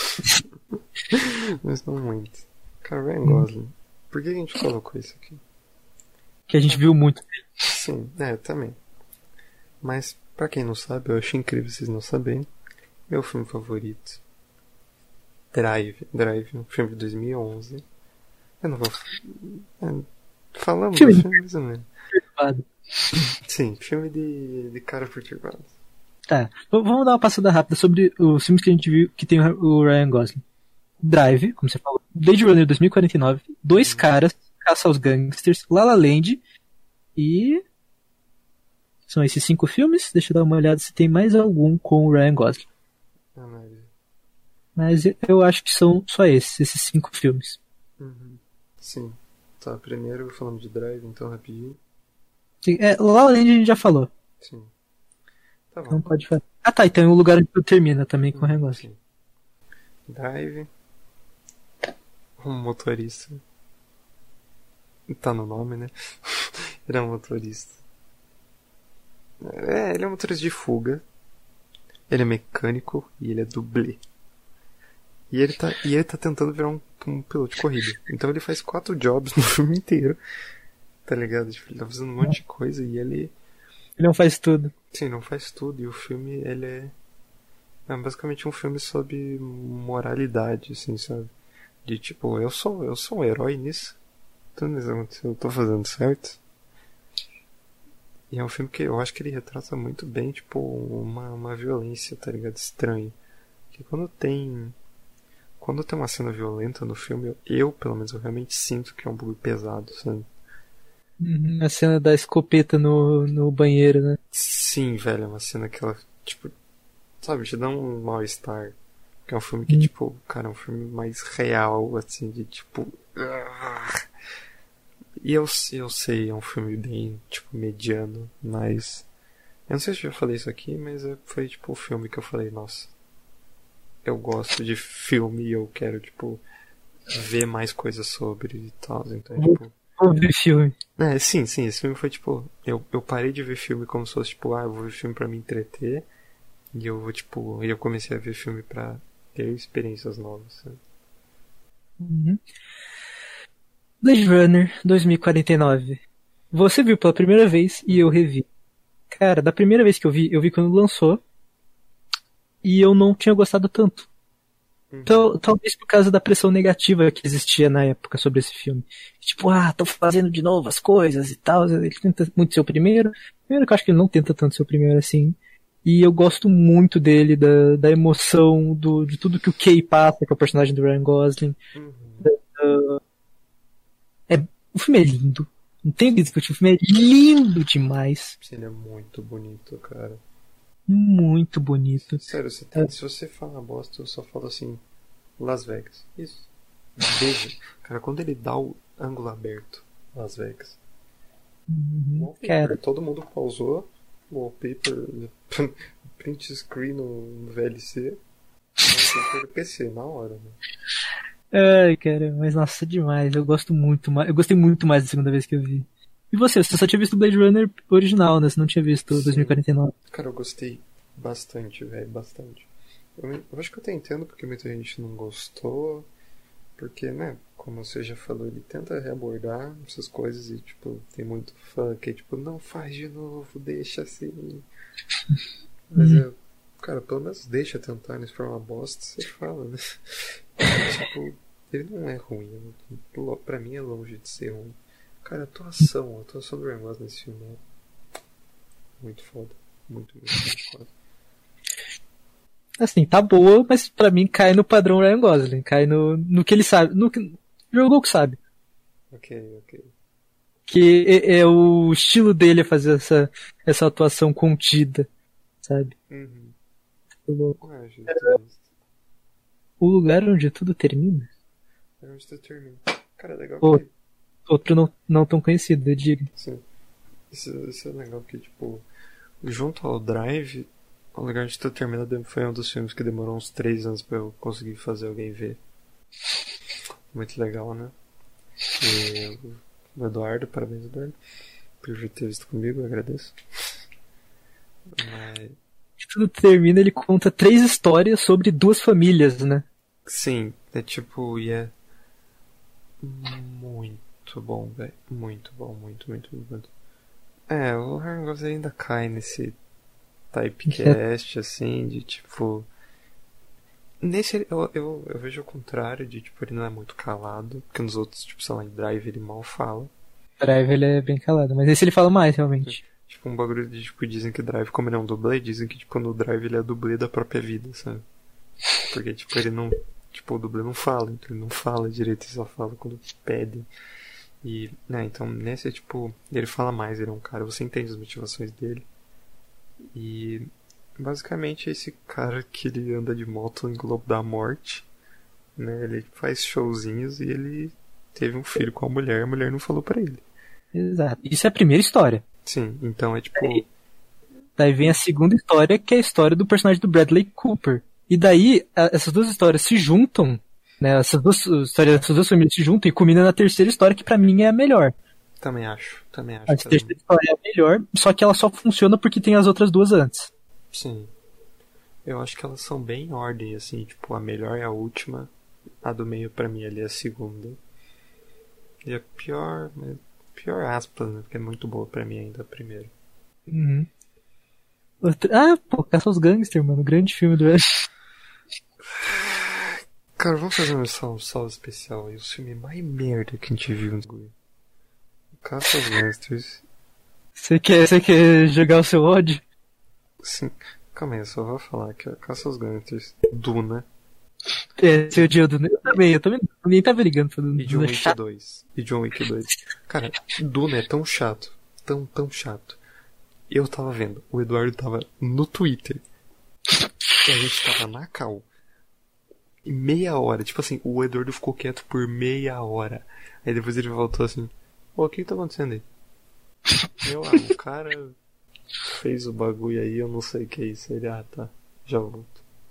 Mas não muito. Cara, Ryan Gosling. Por que a gente colocou isso aqui? Que a gente viu muito. Sim, é, também. Mas, pra quem não sabe, eu acho incrível vocês não saberem. Meu filme favorito. Drive. Drive, um filme de dois mil e onze. Eu não vou... É, falamos Filme do de filme mais ou menos. perturbado. Sim, filme de, de cara perturbado. Tá, v- vamos dar uma passada rápida sobre os filmes que a gente viu que tem o Ryan Gosling. Drive, como você falou. Blade Runner dois mil e quarenta e nove. Dois Caras, Caça aos Gangsters, La La Land e... São esses cinco filmes. Deixa eu dar uma olhada se tem mais algum com o Ryan Gosling. Ah, mas... Mas eu acho que são só esses, esses cinco filmes. Uhum. Sim. Tá, primeiro falando de Drive, então, rapidinho. Sim, é, La La Land a gente já falou. Sim. Tá bom. Então pode falar. Ah tá, e tem o Lugar Onde Tudo Termina também com o Ryan Gosling. Sim. Drive. Um motorista. Tá no nome, né? Ele é um motorista. É, ele é um motorista de fuga. Ele é mecânico e ele é dublê. E ele tá, e ele tá tentando virar um, um piloto de corrida. Então ele faz quatro jobs no filme inteiro. Tá ligado? Tipo, ele tá fazendo um monte de coisa e ele... Ele não faz tudo. Sim, não faz tudo. E o filme, ele é... É basicamente um filme sobre moralidade, assim, sabe? De tipo, eu sou, eu sou um herói nisso. Tudo isso aconteceu, eu tô fazendo certo. E é um filme que eu acho que ele retrata muito bem, tipo, uma, uma violência, tá ligado? Estranha. Que quando tem... Quando tem uma cena violenta no filme, eu, eu, pelo menos, eu realmente sinto que é um bagulho pesado, sabe? Uhum, a cena da escopeta no, no banheiro, né? Sim, velho, é uma cena que ela, tipo, sabe, te dá um mal-estar. Porque é um filme que, Hum. tipo, cara, é um filme mais real, assim, de tipo. ah. E eu, eu sei, é um filme bem, tipo, mediano, mas. Eu não sei se eu já falei isso aqui, mas é- foi, tipo, o filme que eu falei, nossa, eu gosto de filme e eu quero, tipo, ver mais coisas sobre e tal. Então, Vou, tipo. vou ver filme. É, sim, sim, esse filme foi, tipo. Eu, eu parei de ver filme como se fosse, tipo, ah, eu vou ver filme pra me entreter. E eu vou, tipo. E eu comecei a ver filme pra ter experiências novas, sabe? Uhum. Blade Runner dois mil e quarenta e nove. Você viu pela primeira vez e eu revi. Cara, da primeira vez que eu vi, eu vi quando lançou e eu não tinha gostado tanto. Uhum. Tal, talvez por causa da pressão negativa que existia na época sobre esse filme. Tipo, ah, tô fazendo de novo as coisas e tal. Ele tenta muito ser o primeiro. Primeiro que eu acho que ele não tenta tanto ser o primeiro assim. E eu gosto muito dele, da, da emoção, do, de tudo que o Kay passa, que é o personagem do Ryan Gosling. Uhum. É, o filme é lindo. Não tem o que discutir, o filme é lindo demais. Sim, ele é muito bonito, cara. Muito bonito. Sério, você tem, se você fala bosta, eu só falo assim, Las Vegas. Isso. Veja. Cara, quando ele dá o ângulo aberto, Las Vegas. Uhum, Wallpaper. cara. Todo mundo pausou. Wallpaper. Print screen no V L C. Wallpaper do P C, na hora, né? Ai, cara, mas nossa, demais. Eu gosto muito mais. Eu gostei muito mais da segunda vez que eu vi. E você? Você só tinha visto o Blade Runner original, né? Você não tinha visto o Sim. dois mil e quarenta e nove. Cara, eu gostei bastante, velho, bastante. Eu, eu acho que eu até entendo porque muita gente não gostou. Porque, né, como você já falou, ele tenta reabordar essas coisas e, tipo, tem muito fã que, tipo, não faz de novo, deixa assim. Mas Uhum. é, cara, pelo menos deixa tentar, né? Se for uma bosta, você fala, né? E, tipo, ele não é ruim, né? Pra mim é longe de ser ruim. Cara, a atuação, a atuação do Ryan Gosling nesse filme é muito foda. Muito, muito, muito foda. Assim, tá boa, mas pra mim cai no padrão Ryan Gosling. Cai no, no que ele sabe. No que, jogou o que sabe. Ok, ok. Que é, é o estilo dele é fazer essa, essa atuação contida, sabe? Uhum. Tô louco. Ah, justo, justo. O lugar onde tudo termina. É onde tu termina. Cara, é legal Pô, que. outro não, não tão conhecido, eu digo. Sim. Isso, isso é legal que, tipo, junto ao Drive, O Lugar Onde Tu Termina foi um dos filmes que demorou uns três anos pra eu conseguir fazer alguém ver. Muito legal, né? E o Eduardo, parabéns, Eduardo, por ter visto comigo, eu agradeço. Mas, Tudo termina, ele conta três histórias sobre duas famílias, né? sim, é tipo, e é muito bom, velho. Muito bom, muito, muito, muito. É, o Ryan Gosling ainda cai nesse typecast, assim, de tipo. Nesse eu, eu, eu vejo o contrário, de tipo, ele não é muito calado, porque nos outros, tipo, sei lá, em Drive ele mal fala. Drive ele é bem calado, mas esse ele fala mais, realmente. Tipo, um bagulho de, tipo, dizem que Drive, como ele é um dublê, dizem que, tipo, no Drive ele é dublê da própria vida, sabe? Porque, tipo, ele não. Tipo, o dublê não fala, então ele não fala direito, ele só fala quando pede. E, né, então nesse, tipo, ele fala mais, ele é um cara, você entende as motivações dele. E basicamente é esse cara que ele anda de moto em Globo da Morte, né? Ele faz showzinhos e ele teve um filho com a mulher, a mulher não falou pra ele. Exato. Isso é a primeira história. Sim, então é tipo. Daí vem a segunda história, que é a história do personagem do Bradley Cooper. E daí, a, essas duas histórias se juntam, né? Essas duas histórias, essas duas famílias se juntam e culminam na terceira história, que pra mim é a melhor. Também acho, também acho. A também. terceira história é a melhor, só que ela só funciona porque tem as outras duas antes. Sim. Eu acho que elas são bem em ordem, assim, tipo, a melhor é a última, a do meio pra mim ali é a segunda. E a pior, pior aspas, né? Porque é muito boa pra mim ainda a primeira. Uhum. Outra... Ah, pô, Caça aos Gangster, mano. Grande filme do Cara, vamos fazer um salve, salve especial aí. O filme mais merda que a gente viu no Google. Caça aos Gangsters. Você quer, você quer jogar o seu ódio? Sim. Calma aí, eu só vou falar aqui, ó. Caça aos Gangsters. Duna. É, seu odiou do... Eu também, eu também. Ninguém tava ligando pra E John Duna. Wick Chato. dois. E John Wick dois. Cara, Cara, Duna é tão chato. Tão, tão chato. Eu tava vendo. O Eduardo tava no Twitter. E a gente tava na cal. E meia hora. Tipo assim, o Eduardo ficou quieto por meia hora. Aí depois ele voltou assim. Pô, o que que tá acontecendo aí? Eu, ah, o cara fez o bagulho aí, eu não sei o que é isso. Ele, ah, tá. Já volto.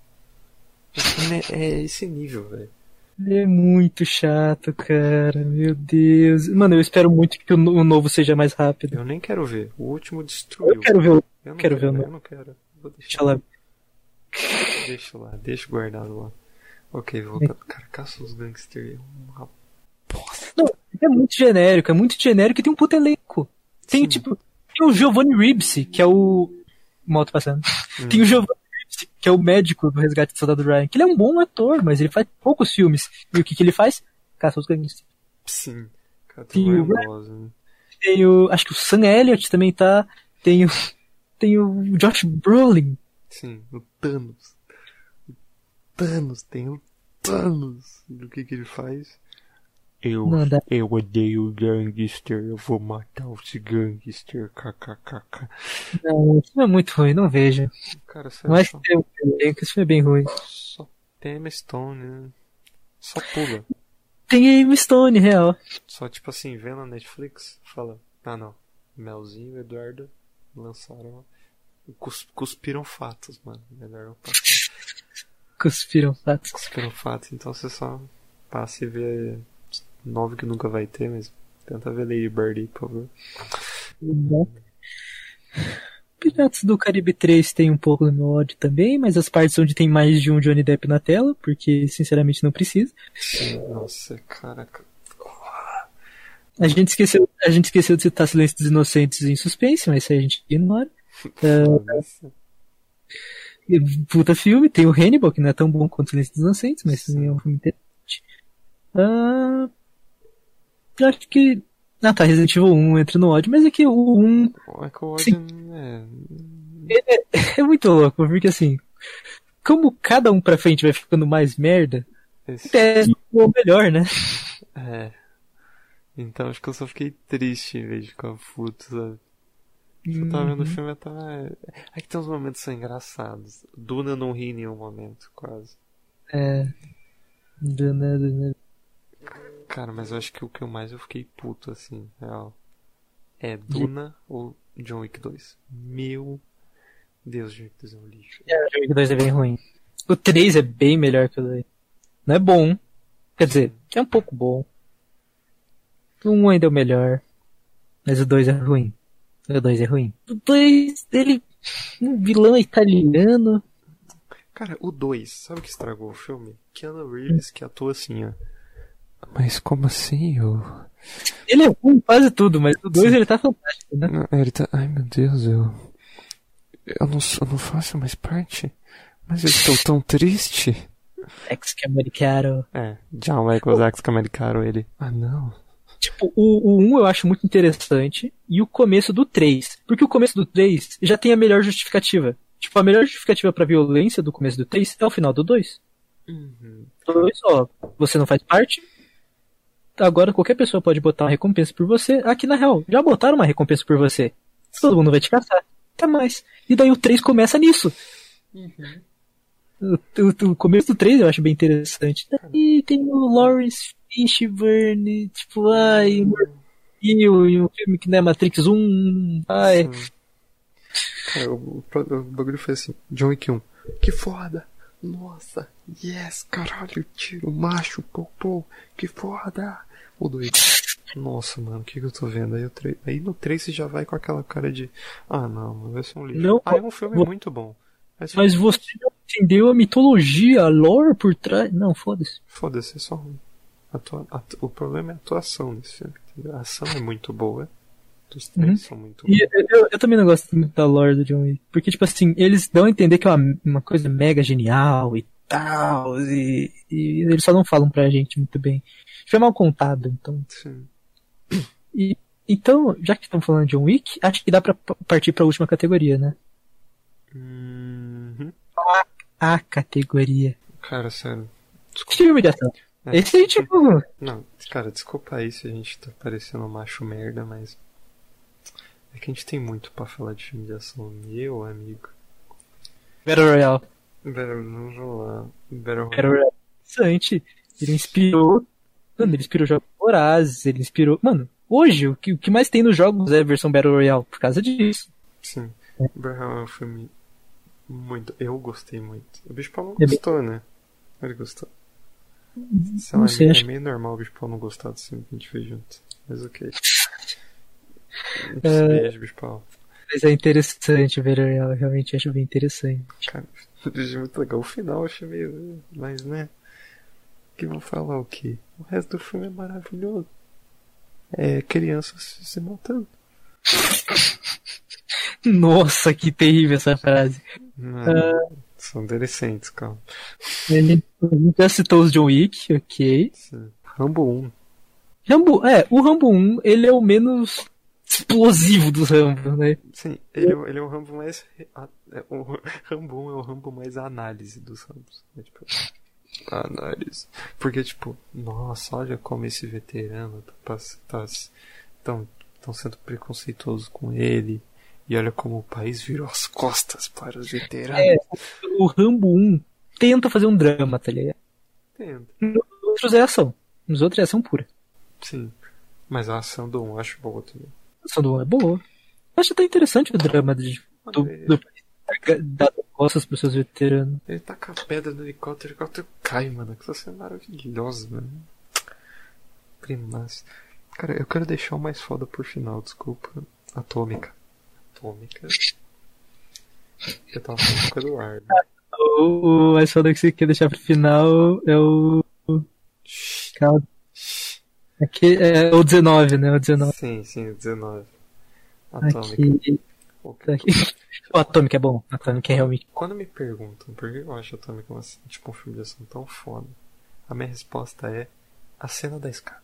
É, é esse nível, velho. É muito chato, cara. Meu Deus. Mano, eu espero muito que o no- o novo seja mais rápido. Eu nem quero ver. O último destruiu. Eu quero ver o. Eu não quero quero, ver o eu novo. não quero. Vou deixar, Deixa lá. deixa lá, deixa guardado lá. Ok, voltando. Cara, Caça os Gangsters é uma bosta. Não, é muito genérico, é muito genérico e tem um puto elenco. Tem, Sim. tipo, tem o Giovanni Ribisi, que é o. Moto passando. Hum. Tem o Giovanni Ribisi, que é o médico do Resgate do Soldado Ryan, que ele é um bom ator, mas ele faz poucos filmes. E o que, que ele faz? Caça os gangsters. Sim. Cara, Tem tem o- Ryan Gosling. Tem o. Acho que o Sam Elliott também tá. Tem o. Tem o Josh Brolin. Sim, o Thanos. O Thanos, tem o Thanos. E o que que ele faz? Eu, Não dá. eu odeio gangster, eu vou matar esse gangster, kkkk. Não, esse filme é muito ruim, não vejo. Cara, sério, Mas só, tem o elenco, esse filme é bem ruim. só tem Emma Stone, né? Só pula. Tem a Emma Stone, real. Só tipo assim, vendo na Netflix, fala, ah não, Melzinho e Eduardo lançaram, cus- cuspiram fatos, mano. Melhor não passar. Cuspiram fatos. Cuspiram fatos, então você só passa e vê nove que nunca vai ter, mas tenta ver Lady Bird aí, por favor. Piratas do Caribe três tem um pouco do meu ódio também, mas as partes onde tem mais de um Johnny Depp na tela, porque sinceramente não precisa. Sim, nossa, caraca. A gente esqueceu, a gente esqueceu de citar Silêncio dos Inocentes em suspense, mas isso aí a gente ignora. Foda-se. E, puta filme, tem o Hannibal, que não é tão bom quanto Silêncio dos Inocentes, mas também é um filme interessante. Ah, eu acho que. Ah tá, Resident Evil um entra no ódio, mas é que o um É que o ódio é. é muito louco, porque assim, como cada um pra frente vai ficando mais merda, Esse... é o melhor, né? É. Então acho que eu só fiquei triste em vez de ficar puto, sabe? Eu tava vendo o filme e tava. É que tem uns momentos que são engraçados. Duna eu não ri em nenhum momento, quase. É. Do nada, né? Cara, mas eu acho que o que eu mais eu fiquei puto, assim, real. É Duna ou John Wick dois. Meu Deus, John Wick dois é um lixo. É, o John Wick dois é bem ruim. O três é bem melhor que o dois. Não é bom. Quer dizer, é um pouco bom. O um ainda é o melhor. Mas o dois é ruim. O dois é ruim. O dois, ele. Um vilão italiano. Cara, o dois, sabe o que estragou o filme? Keanu Reeves que atua assim, ó. Mas como assim, eu... Ele é ruim em quase tudo, mas o dois ele tá fantástico, né? Não, ele tá... Ai, meu Deus, eu... Eu não, eu não faço mais parte. Mas eu estou tão triste. Ex-Americano. É, John Michael Zax Camericaro, ele... Ah, não. Tipo, o, o um eu acho muito interessante. E o começo do três. Porque o começo do três já tem a melhor justificativa. Tipo, a melhor justificativa pra violência do começo do três é o final do dois. Uhum. dois, ó, você não faz parte. Agora qualquer pessoa pode botar uma recompensa por você. Aqui na real, já botaram uma recompensa por você. Todo mundo vai te caçar. Até mais. E daí o três começa nisso. Uhum. O, o, o começo do três eu acho bem interessante. E tem o Lawrence Fishburne, tipo, ai, e o, e o filme que não é Matrix um, ai. Sim. Cara, o, o, o bagulho foi assim, John Wick um, que foda, nossa, yes, caralho, tiro, macho, pô, pô, que foda. O dois, nossa, mano, o que que eu tô vendo? Aí, o três, aí no três você já vai com aquela cara de, ah não, vai ser um lixo. Não, ah, é um filme vou... muito bom. Mas, mas você não entendeu a mitologia, a lore por trás? Não, foda-se. Foda-se, é só ruim. Atua... Atu... O problema é a atuação nesse filme. Entendeu? A ação é muito boa. Os três Uhum. são muito E bons. eu, eu também não gosto muito da lore do John Wick. Porque, tipo assim, eles dão a entender que é uma, uma coisa mega genial e tal. E, e eles só não falam pra gente muito bem. Foi mal contado, então. Sim. E, então, já que estamos falando de John Wick, acho que dá pra p- partir pra última categoria, né? Uhum. A categoria. Cara, sério. Desculpa. Filme de ação. É. Esse aí, tipo. Não, cara, desculpa aí se a gente tá parecendo um macho merda, mas. É que a gente tem muito pra falar de filme de ação. Meu amigo. Battle Royale. Battle, vamos lá. Battle Battle Royale. Interessante. Ele inspirou. Mano, ele inspirou jogos vorazes, ele inspirou. Mano, hoje o que, o que mais tem nos jogos é a versão Battle Royale, por causa disso. Sim. É. Battle Royale é um filme muito. Eu gostei muito. O Bicho Pau não É gostou, né? Ele gostou. Sei Não lá, sei, é acho- meio normal o Bicho Pau não gostar do filme que a gente fez junto. Mas ok. É. Beijo, Bicho Pau. Mas é interessante o Battle Royale, eu realmente acho bem interessante. Cara, eu achei muito legal. O final eu achei meio. Mas, né? Que vou falar o quê? O resto do filme é maravilhoso. É crianças se, se matando. Nossa, que terrível essa frase. Não, são adolescentes, calma. A gente já citou os John Wick, ok. Sim. Rambo um. Rambo, é, o Rambo um, ele é o menos explosivo dos Rambo, né? Sim, ele, é o- ele é o Rambo mais. a- é, O Rambo um é o Rambo mais análise dos Rambos. Né? Tipo, análise. Porque, tipo, nossa, olha como esse veterano tá, pass- tá, tão, tão sendo preconceituoso com ele. E olha como o país virou as costas para os veteranos. É. O Rambo um tenta fazer um drama, tá ligado? Entendo. Nos outros é ação. Nos outros é ação pura. Sim. Mas a ação do um eu acho boa também. A ação do um é boa. Eu acho até interessante o drama de, do, Mano, ele, do dar costas pros seus veteranos. ele taca a pedra no helicóptero, o helicóptero cai, mano. Que isso é maravilhoso, mano. Primaço. Cara, eu quero deixar o mais foda por final, desculpa. Atômica. Atômica. Eu tava falando com o Eduardo. O, o mais foda que você quer deixar pro final é o. Calma. Aqui é o dezenove, né? O dezenove. Sim, sim, dezenove. Atômica. Aqui. Ok. Aqui. O Atômica é bom. O Atômica é realmente. Quando me perguntam por que eu acho Atômica uma, tipo, um filme de ação tão foda, a minha resposta é a cena da escada.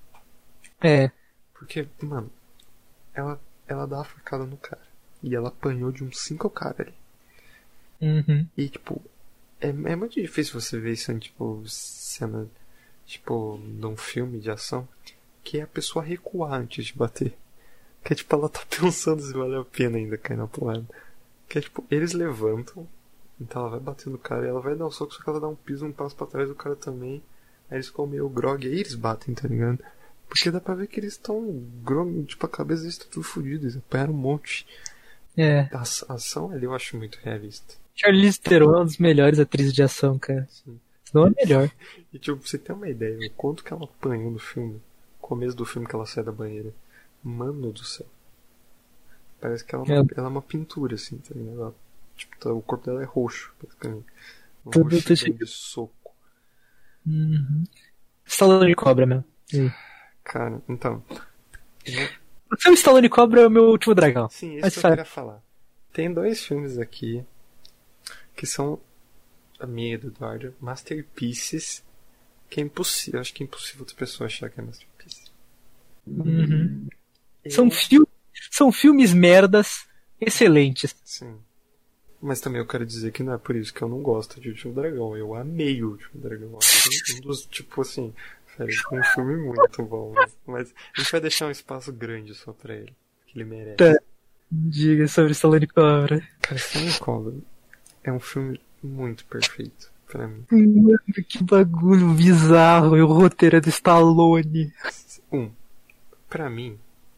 É. Porque, mano, ela, ela dá uma facada no cara. E ela apanhou de uns cinco caras ali. Uhum. E, tipo, é, é muito difícil você ver isso em, tipo, cena, tipo, num filme de ação, que é a pessoa recuar antes de bater. Que é, tipo, ela tá pensando se vale a pena ainda cair na porrada. Que é, tipo, eles levantam, então ela vai bater no cara e ela vai dar um soco, só que ela dá um piso, um passo pra trás do cara também. Aí eles ficam meio grog, aí eles batem, tá ligado? Porque dá pra ver que eles estão grog, tipo, a cabeça deles tá tudo fodido, eles apanharam um monte. É. A, a ação ali eu acho muito realista. Charlize Theron é uma das melhores atrizes de ação, cara. Sim. Se não é a melhor. E tipo, pra você ter uma ideia, o quanto que ela apanhou no filme, começo do filme que ela sai da banheira. Mano do céu. Parece que ela é uma, É. ela é uma pintura, assim, tá ligado? Ela, tipo, tá- o corpo dela é roxo, praticamente. Um Tudo roxo tá de soco. Uhum. Stallone de cobra mesmo. E- Cara, então. né? O seu Stallone de cobra é o meu último dragão. Sim, isso Mas que eu fala. queria falar. Tem dois filmes aqui que são, a minha e do Eduardo, masterpieces, que é impossível, acho que é impossível outra pessoa achar que é masterpiece. Uhum. Eu- São, fil... São filmes merdas excelentes. Sim. Mas também eu quero dizer que não é por isso que eu não gosto de Último Dragão. Eu amei o Último Dragão. Acho um dos, tipo assim, sério, é um filme muito bom. Né? Mas a gente vai deixar um espaço grande só pra ele. Que ele merece. Tá. Diga sobre Stallone de cobra. Cara, Stallone Cobra é um filme muito perfeito pra mim. Mano, que bagulho bizarro. E o roteiro é do Stallone. Um, pra mim,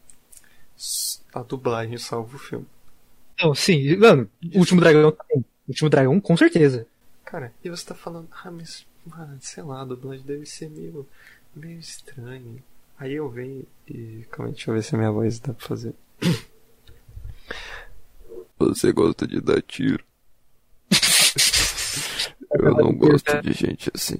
a dublagem salva o filme. Não, sim. Mano, o Último Dragão também. O Último Dragão, com certeza. Cara, e você tá falando, ah, mas, mano, sei lá, a dublagem deve ser meio, meio estranha. Aí eu venho e. Calma aí, deixa eu ver se a minha voz dá pra fazer. Você gosta de dar tiro? Eu não gosto de gente assim.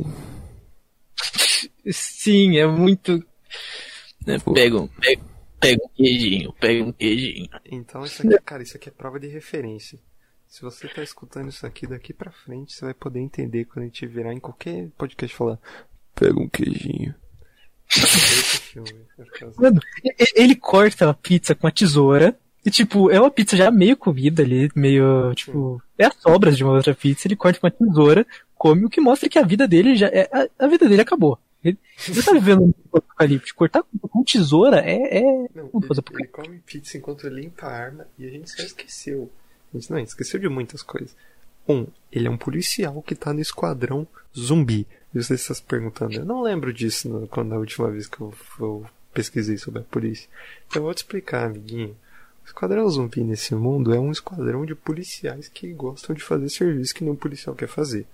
Sim, é muito. Pega um, pega, pega um queijinho, pega um queijinho. Então isso aqui, cara, isso aqui é prova de referência. Se você tá escutando isso aqui daqui pra frente, você vai poder entender quando a gente virar em qualquer podcast e falar, pega um queijinho. Esse filme, por causa- Mano, e- ele corta a pizza com a tesoura. E, tipo, é uma pizza já meio comida ali, meio, tipo, é as sobras de uma outra pizza. Ele corta com uma tesoura, come, o que mostra que a vida dele já é, a, a vida dele acabou. Ele, ele tá vivendo um apocalipse. Cortar com tesoura é. é... Não, Não, ele, ele come pizza enquanto ele limpa a arma e a gente só esqueceu. A gente não esqueceu de muitas coisas. Um, ele é um policial que tá no esquadrão zumbi. E você está se perguntando, eu não lembro disso no, quando a última vez que eu, eu pesquisei sobre a polícia. Então eu vou te explicar, amiguinho. O esquadrão zumbi nesse mundo é um esquadrão de policiais que gostam de fazer serviço que nenhum policial quer fazer.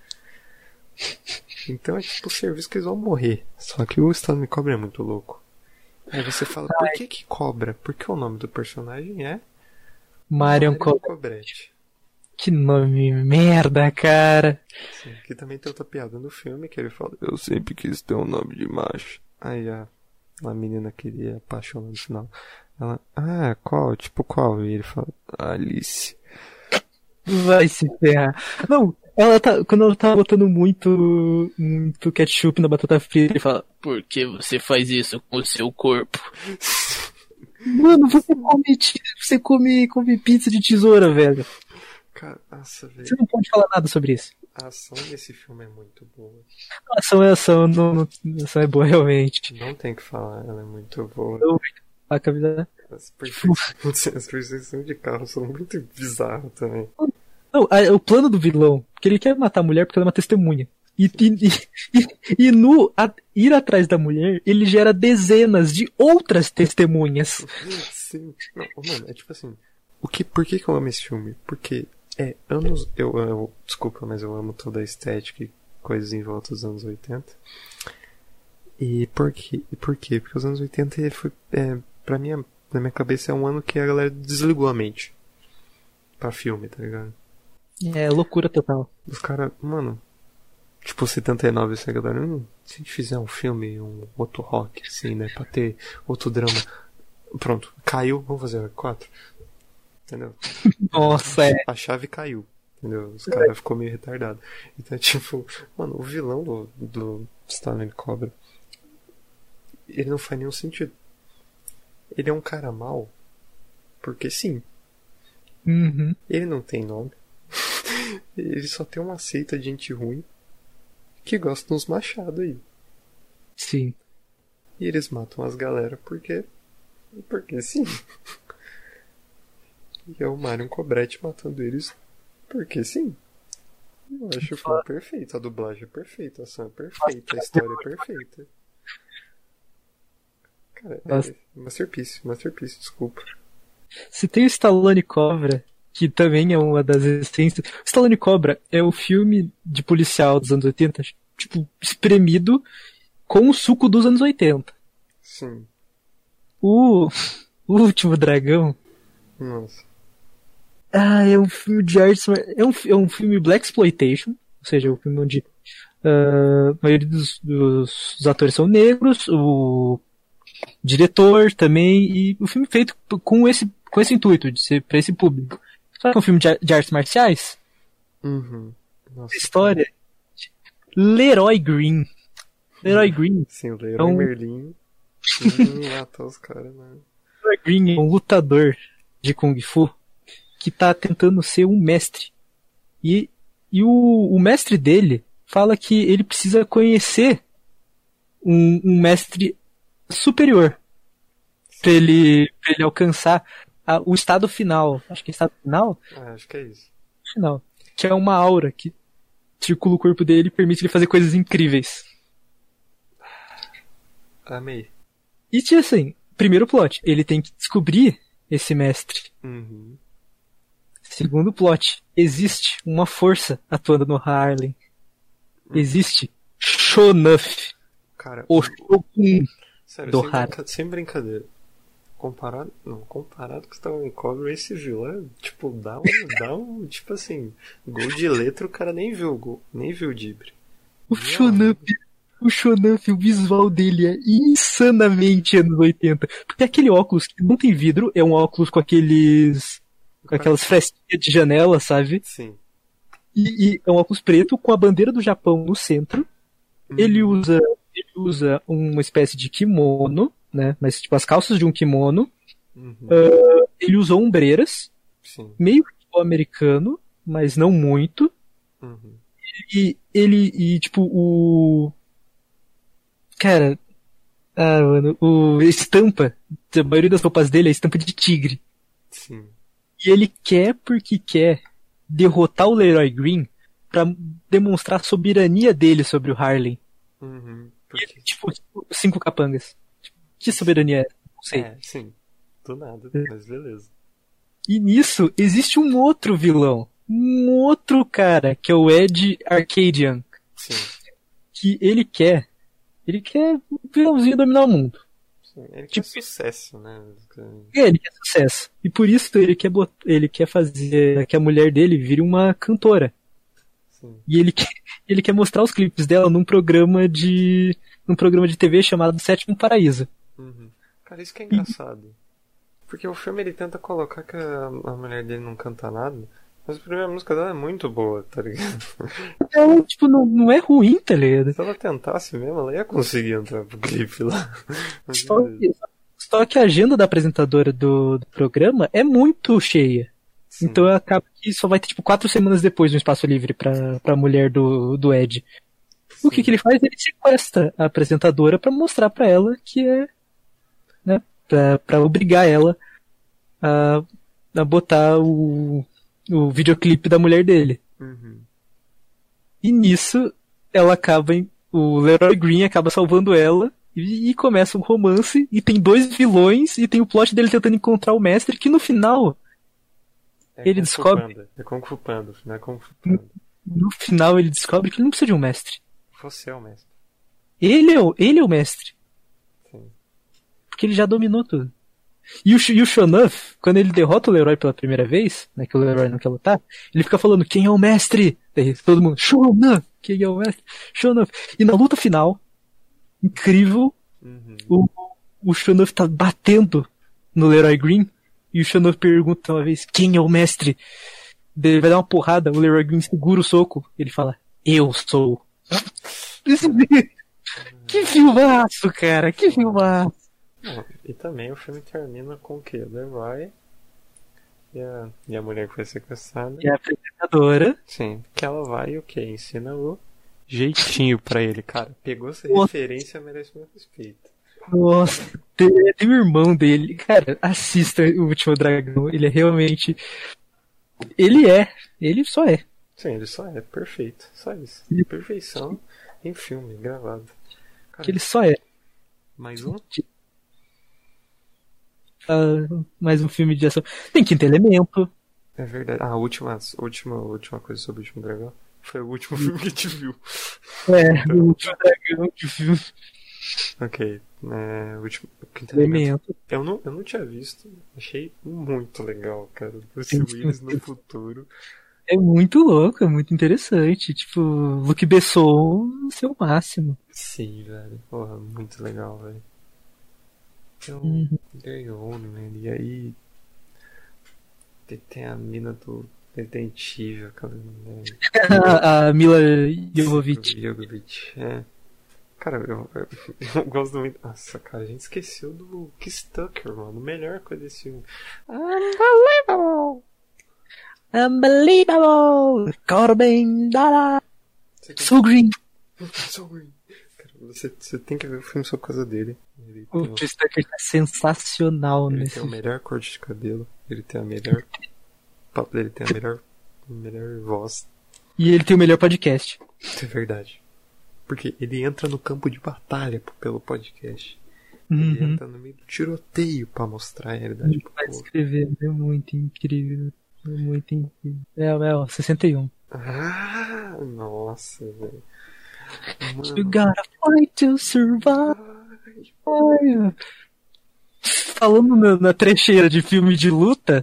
Então é tipo o serviço que eles vão morrer. Só que o Stanley Cobra é muito louco. Aí você fala, por que que cobra? Porque o nome do personagem é Marion Cobra. Cobretti. Que nome merda, cara. Sim, que também tem outra piada no filme que ele fala, eu sempre quis ter um nome de macho. Aí a, a menina queria apaixonar no final. Ela, ah, qual? Tipo qual? E ele fala, Alice. Vai se ferrar. Não, ela tá, quando ela tá botando muito, muito ketchup na batata frita, ele fala, Por que você faz isso com o seu corpo? mano, você come, você come, come pizza de tesoura, velho. Cara, nossa, velho. Você não pode falar nada sobre isso. A ação desse filme é muito boa. A ação é ação, não, não, a ação é boa realmente. Não tem o que falar, ela é muito boa. Eu, a camisa... As perseguições, as perseguições de carro são muito bizarras também. Não, a, o plano do vilão, que ele quer matar a mulher porque ela é uma testemunha. E, e, e, e no a, ir atrás da mulher, ele gera dezenas de outras testemunhas. Sim. Não, mano, é tipo assim. O que, por que, que eu amo esse filme? Porque é anos. Eu, eu, desculpa, mas eu amo toda a estética e coisas em volta dos anos oitenta. E por quê? E por quê? Porque os anos oitenta foi. É, pra mim, na minha cabeça, é um ano que a galera desligou a mente pra filme, tá ligado? É loucura total. Os caras, mano. Tipo, setenta e nove, essa galera, hum, se a gente fizer um filme, um outro rock, assim, né, pra ter outro drama. Pronto, caiu, vamos fazer quatro. Entendeu? Nossa, é. A chave caiu, entendeu? Os caras ficou meio retardado. Então, tipo, mano, o vilão do, do Stanley Cobra, ele não faz nenhum sentido. Ele é um cara mau, porque sim. Uhum. Ele não tem nome. Ele só tem uma seita de gente ruim que gosta uns machados aí. Sim. E eles matam as galera porque. Porque sim. E é o Marion Cobretti matando eles porque sim. Eu acho o filme perfeito. A dublagem é perfeita, a ação é perfeita, a história é perfeita. Cara, é masterpiece, masterpiece, desculpa. Se tem o Stallone Cobra, que também é uma das essências. O Stallone Cobra é o filme de policial dos anos oitenta, tipo, espremido com o suco dos anos oitenta. Sim. O, o Último Dragão. Nossa. Ah, é um filme de artes. É um, é um filme Black Exploitation, ou seja, um filme onde uh, a maioria dos, dos, dos atores são negros, o diretor também, e o filme feito com esse, com esse intuito de ser pra esse público. Só que é um filme de, de artes marciais. Uhum. Nossa, história de Leroy Green. Leroy Green. Sim, o Leroy é um... Merlin. Hum, matou os caras, né? Leroy Green é um lutador de Kung Fu que tá tentando ser um mestre. E, e o, o mestre dele fala que ele precisa conhecer um, um mestre superior pra ele, pra ele alcançar a, o estado final. Acho que é estado final? Ah, acho que é isso. Final. Que é uma aura que circula o corpo dele e permite ele fazer coisas incríveis. Amei. E tinha assim, primeiro plot, ele tem que descobrir esse mestre. Uhum. Segundo plot, existe uma força atuando no Harlem. Existe Shonuff, Cara, o Shogun sério, do sem, Harlem. brinca... sem brincadeira. Comparado, não, comparado com o Stallone Cobra, esse vilão, tipo, dá um, dá um, tipo assim, gol de letra, o cara nem viu o gol, nem viu o dibre. O Shonuff, o Shonuff, o visual dele é insanamente anos oitenta. Porque aquele óculos que não tem vidro, é um óculos com aqueles, com aquelas frestinhas de janela, sabe? Sim. E, e é um óculos preto com a bandeira do Japão no centro. Hum. Ele usa, ele usa uma espécie de kimono, né? Mas tipo as calças de um kimono. Uhum. Uh, ele usa ombreiras. Sim. Meio americano, mas não muito. Uhum. E ele, e tipo, o Cara, ah, mano, o estampa, a maioria das roupas dele é estampa de tigre. Sim. E ele quer porque quer derrotar o Leroy Green pra demonstrar a soberania dele sobre o Harlem. Uhum. E Porque... ele, tipo, cinco capangas. Que soberania é? Não sei. É, sim. Do nada, mas beleza. E nisso, existe um outro vilão. Um outro cara, que é o Ed Arcadian. Sim. Que ele quer. Ele quer um vilãozinho dominar o mundo. Sim. Ele Tipo- quer sucesso, né? E ele quer sucesso. E por isso ele quer, bot... ele quer fazer que a mulher dele vire uma cantora. Sim. E ele quer, ele quer mostrar os clipes dela num programa de. num programa de T V chamado Sétimo Paraíso. Uhum. Cara, isso que é engraçado. Porque o filme ele tenta colocar que a, a mulher dele não canta nada, mas a primeira música dela é muito boa, tá ligado? Ela, tipo, não, não é ruim, tá ligado? Se ela tentasse mesmo, ela ia conseguir entrar pro clipe lá. Mas Só beleza. que, só que a agenda da apresentadora do, do programa é muito cheia. Sim. Então acaba que só vai ter tipo quatro semanas depois um espaço livre pra, pra mulher do, do Ed. O que, Sim. que ele faz? Ele sequestra a apresentadora pra mostrar pra ela que é. Né? Pra, pra obrigar ela a, a botar o, o videoclipe da mulher dele. Uhum. E nisso ela acaba em. O Leroy Green acaba salvando ela. E, e começa um romance. E tem dois vilões. E tem o plot dele tentando encontrar o mestre. Que no final. É Ele Kung Fu descobre- Panda. É Kung Fu Panda, não é Kung Fu Panda. No final ele descobre que ele não precisa de um mestre. Você é o mestre. Ele é o, ele é o mestre. Sim. Porque ele já dominou tudo. E o, Sh- e o Shonuff, quando ele derrota o Leroy pela primeira vez, né, que o Leroy não quer lutar, ele fica falando, quem é o mestre? Daí todo mundo, Shonuff, quem é o mestre? Shonuff. E na luta final, incrível, Uhum. o, o Shonuff tá batendo no Leroy Green, e o Shonuff pergunta uma vez, quem é o mestre? Daí ele vai dar uma porrada, o Leroy Green segura o soco, ele fala, eu sou. Que filmaço, cara, que filmaço. Não, e também o filme termina com o quê? O Leroy e a, e a mulher que foi sequestrada. E a apresentadora. Sim, que ela vai e o quê? Ensina o jeitinho pra ele, cara. Pegou essa Nossa. referência, merece meu respeito. Nossa, tem, tem o irmão dele. Cara, assista o Último Dragão. Ele é realmente. Ele é. Ele só é. Sim, ele só é perfeito. Só isso. Perfeição em filme, gravado. Cara, Que ele só é. mais um? Ah, mais um filme de ação. Tem Quinto Elemento. É verdade. Ah, a última, última, última coisa sobre o Último Dragão. Foi o último filme que a gente viu. É, o Último Dragão de filme. Ok. É, o último. Quinto Elemento. Elemento. Eu não, eu não tinha visto. Achei muito legal, cara. Bruce Willis no futuro. É muito louco, é muito interessante. Tipo, Luc Besson no seu máximo. Sim, velho. Porra, muito legal, velho. Então, Uhum. There You Own, man. E aí. Tem, tem a mina do Resident Evil, aquela mulher. a, a Mila Jovovich. Jovovich, é. Cara, eu, eu, eu gosto muito. Nossa, cara, a gente esqueceu do Kiss Tucker, mano. A melhor coisa desse filme. Unbelievable! Unbelievable! Corbin Dara! Você tem- So green! So green. Cara, você, você tem que ver o filme só por causa dele. Ele O tem, Chris Tucker tá sensacional ele nesse tem o melhor corte de cabelo. Ele tem a melhor. O papo dele tem a melhor, a melhor voz. E ele tem o melhor podcast. Isso é verdade. Porque ele entra no campo de batalha p- pelo podcast. Ele Uhum. entra no meio do tiroteio pra mostrar a realidade pro Vai povo. escrever, é muito incrível. É muito incrível. É, é, ó, sessenta e um. Ah, nossa, velho. You Mano. gotta fight to survive. Ai, Falando na, na trecheira de filme de luta,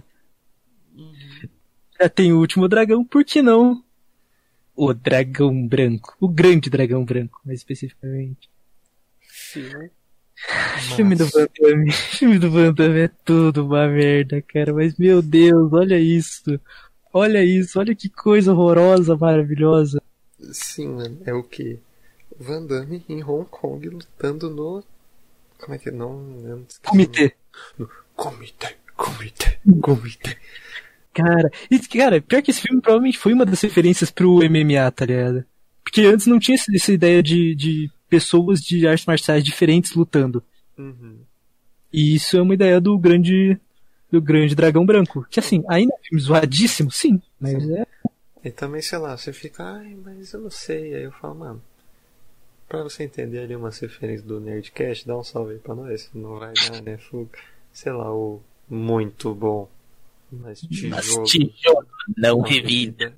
já tem o Último Dragão, por que não? O Dragão Branco. O Grande Dragão Branco, mais especificamente. filme. Filme do Van Damme. Filme do Van Damme é tudo uma merda, cara. Mas, meu Deus, olha isso. Olha isso, olha que coisa horrorosa, maravilhosa. Sim, mano. É o que? Van Damme em Hong Kong lutando no. Como é que é? Não. Eu não esqueci o Comitê. nome. No comitê. Comitê. Comitê. Cara, e, cara, pior que esse filme provavelmente foi uma das referências pro M M A, tá ligado? Porque antes não tinha essa essa ideia de, de pessoas de artes marciais diferentes lutando. Uhum. E isso é uma ideia do grande do grande dragão branco. Que assim, ainda é um filme zoadíssimo, sim, mas Sim. é... E também, sei lá, você fica, ai, mas eu não sei. Aí eu falo, mano, pra você entender ali umas referências do Nerdcast, dá um salve aí pra nós. Não vai dar, né? Fuga. Sei lá, o muito bom. Mas tijolo. Mas tijolo não revida.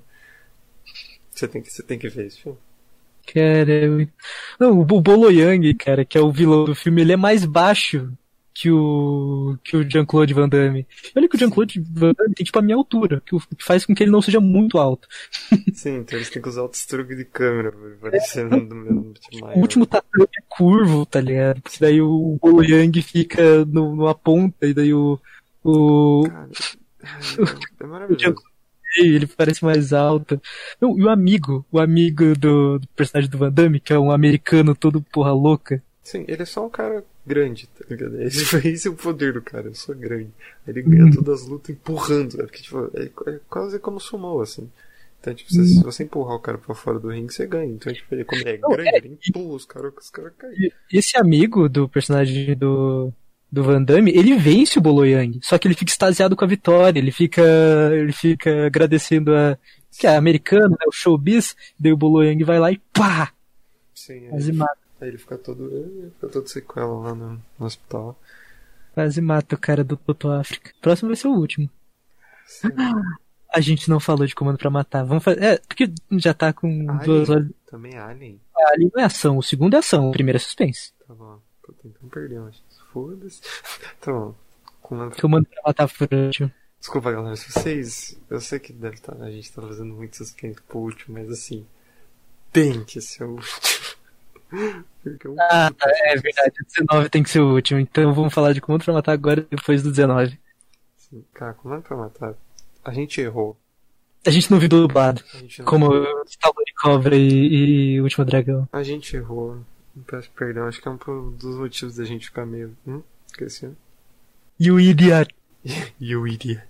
Você tem que, você tem que ver esse filme. Cara, eu... não, o Bolo Yang, cara, que é o vilão do filme, ele é mais baixo que o que o Jean-Claude Van Damme. Olha que o Jean-Claude Van Damme tem tipo a minha altura, que o- que faz com que ele não seja muito alto. Sim, então eles têm que usar outros truques de câmera pra parecer do mesmo tipo maior. O último tatame é curvo, tá ligado? Porque daí o Bolo Yang fica no- numa ponta e daí o o Cara, ai, é maravilhoso. ele parece mais alto. Não, e o amigo, o amigo do, do personagem do Van Damme, que é um americano todo porra louca. Sim, ele é só um cara grande, tá ligado? Esse, esse é o poder do cara, eu sou grande. Ele ganha todas as lutas empurrando, né? Porque, tipo, é, é quase como sumô, assim. Então, tipo, se, se você empurrar o cara pra fora do ringue, você ganha. Então, tipo, ele, como ele é Não, grande, é, ele empurra os caras, os caras caem. E esse amigo do personagem do, do Van Damme, ele vence o Bolo Yang, só que ele fica extasiado com a vitória, ele fica, ele fica agradecendo a, que é americano, né, o showbiz, daí o Bolo Yang vai lá e pá! Sim, aí, Quase mata, aí ele fica todo, ele fica todo sequela lá no, no hospital. quase mata o cara do Toto África. O próximo vai ser o último. Sim. A gente não falou de Comando pra Matar. Vamos fazer, é, porque já tá com duas horas. Alien, também Alien. Ali não é ação, o segundo é ação, o primeiro é suspense. Tá bom, tô tentando perder, mas foda-se. Tá bom. Comando pra- Comando pra Matar por último. Desculpa, galera, se vocês. Eu sei que deve estar. A gente tá fazendo muito suspense pro último, mas assim. Tem que ser o último. Porque é um Ah, puta é verdade, o dezenove tem que ser o último, então vamos falar de Comando pra Matar agora, depois do dezenove. assim, cara, Comando pra Matar. A gente errou. A gente não viu dublado, A gente não. como Stallone Cobra e, e o Último Dragão. A gente errou. Peço perdão, acho que é um dos motivos da gente ficar meio. Hum? Esqueci. You idiot. You idiot.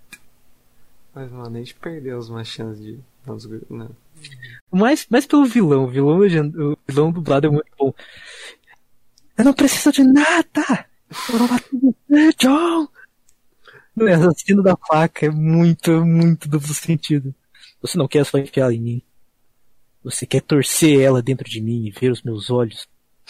Mas, mano, a gente perdeu uma chance de. Não. Mais, mais pelo vilão, o vilão, legend- o vilão dublado é muito bom. Eu não preciso de nada! Eu vou bater você, John! Não, é, assassino da faca é muito, muito duplo sentido. Você não quer só enfiar ela em mim. Você quer torcer ela dentro de mim e ver os meus olhos.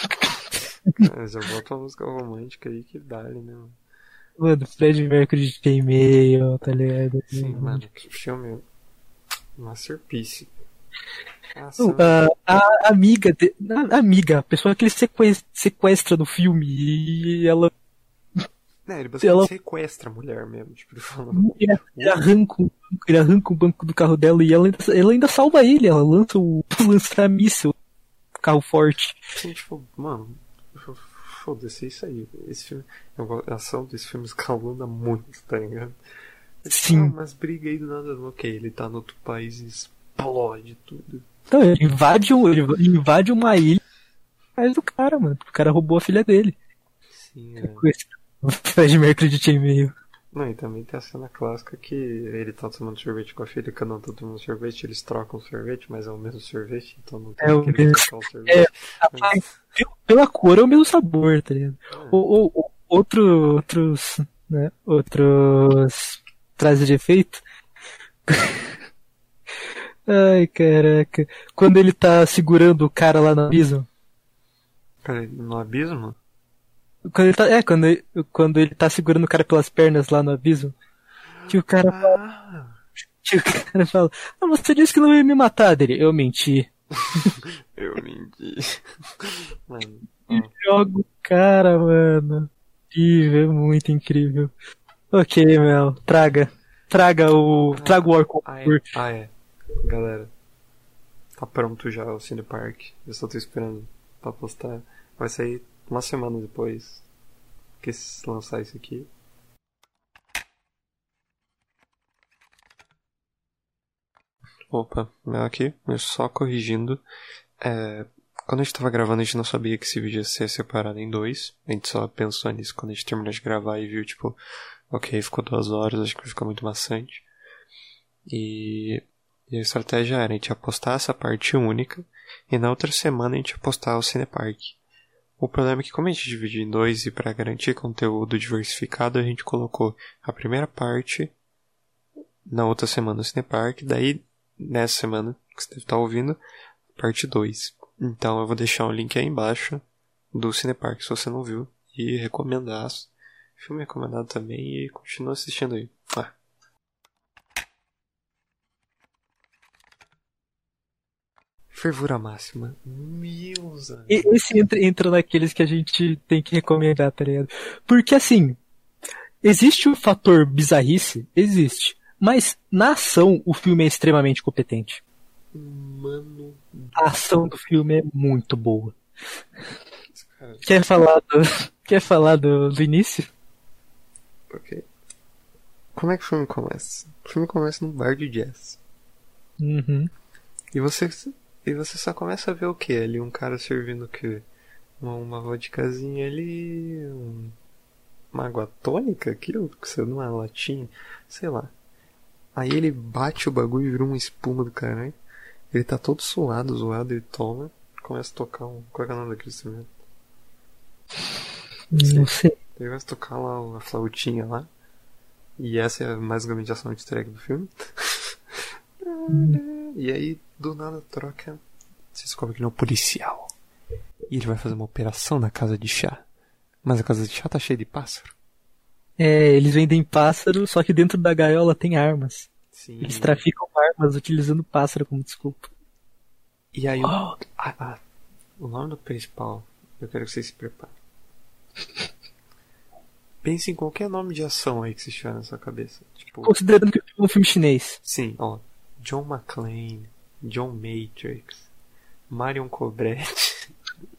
É, já bota uma música romântica aí que dá, né, mano? Mano, Fred Mercury de e-mail, tá ligado? Sim, mano, que filme. Masterpiece. Não, a, a amiga, de, a amiga, a pessoa que ele sequestra, sequestra no filme e ela, É, ele basicamente ela- sequestra a mulher mesmo, tipo, ele fala. ele, ele arranca, o- ele arranca o banco do carro dela e ela ainda, ela ainda salva ele, ela lança o lança a míssil, carro forte. Assim, tipo, mano, f- foda-se, é isso aí. Esse filme, eu gosto- a ação desse filme escalona muito, tá ligado? É, tipo, Sim. ah, mas briga aí do nada, ok, ele tá no outro país e explode tudo. Então, ele invade, um, ele invade uma ilha atrás do cara, mano, porque o cara roubou a filha dele. Sim, é. Com esse Fred Mercury de chainmail. Não, e também tem a cena clássica que ele tá tomando sorvete com a filha, que eu não tô tomando sorvete, eles trocam sorvete, mas é o mesmo sorvete, então não tem É o que ele mesmo. trocar o sorvete. Mas, Pela- Pela cor é o mesmo sabor, tá ligado? é. Ou, ou- ou- outro, outros, né, outros trajes de efeito. Ai, caraca. Quando ele tá segurando o cara lá no abismo. Peraí, no abismo? Quando ele tá, é, quando ele, quando ele tá segurando o cara pelas pernas lá no abismo. Que o cara fala, Ah, que o cara fala, ah, você disse que não ia me matar dele. Eu menti. eu menti. Mano, E ó, joga o cara, mano. Incrível, é muito incrível. Ok, Mel, traga. Traga o. Traga o Orco. ah, é. ah, é. Galera, tá pronto já o Cinepark. Eu só tô esperando pra postar. Vai sair uma semana depois que se lançar isso aqui. Opa, meu aqui, mas só corrigindo. É, quando a gente tava gravando, a gente não sabia que esse vídeo ia ser separado em dois. A gente só pensou nisso quando a gente terminou de gravar e viu, tipo, ok, ficou duas horas, acho que vai ficar muito maçante. E, e a estratégia era a gente ia postar essa parte única e na outra semana a gente ia postar o Cinepark. O problema é que como a gente dividiu em dois e pra garantir conteúdo diversificado, a gente colocou a primeira parte na outra semana no Cinepark, daí nessa semana que você deve estar ouvindo, parte dois. Então eu vou deixar um link aí embaixo do Cinepark, se você não viu, e recomendaço. Filme recomendado também e continua assistindo aí. Ah. Fervura máxima. Meus amigos. E- Esse entra, entra naqueles que a gente tem que recomendar, tá ligado? Porque assim, existe o fator bizarrice? Existe. Mas na ação o filme é extremamente competente. Mano. A ação do filme é muito boa. Cara, Quer falar do, quer falar do, do início? ok. Como é que o filme começa? O filme começa num bar de jazz. Uhum. E você, e você só começa a ver o que ali? Um cara servindo o quê? Uma, uma vodkazinha ali, um, uma água tônica, aquilo que você numa latinha, sei lá. Aí ele bate o bagulho e vira uma espuma do caralho. Ele tá todo suado, zoado, ele toma, começa a tocar um... Qual é o nome daquele instrumento? Não sei. Ele começa a tocar lá a flautinha lá. E essa é basicamente a soundtrack do filme. E aí, do nada, troca. Você descobre que ele é um policial. E ele vai fazer uma operação na casa de chá. Mas a casa de chá tá cheia de pássaro. É, eles vendem pássaro, só que dentro da gaiola tem armas. Sim. Eles traficam armas utilizando pássaro como desculpa. E aí, o, Oh. a- a- o nome do principal, eu quero que vocês se preparem. Pense em qualquer nome de ação aí que você tiver na sua cabeça. Tipo, Considerando que o filme é um filme chinês. sim, ó. John McClane, John Matrix, Marion Cobretti,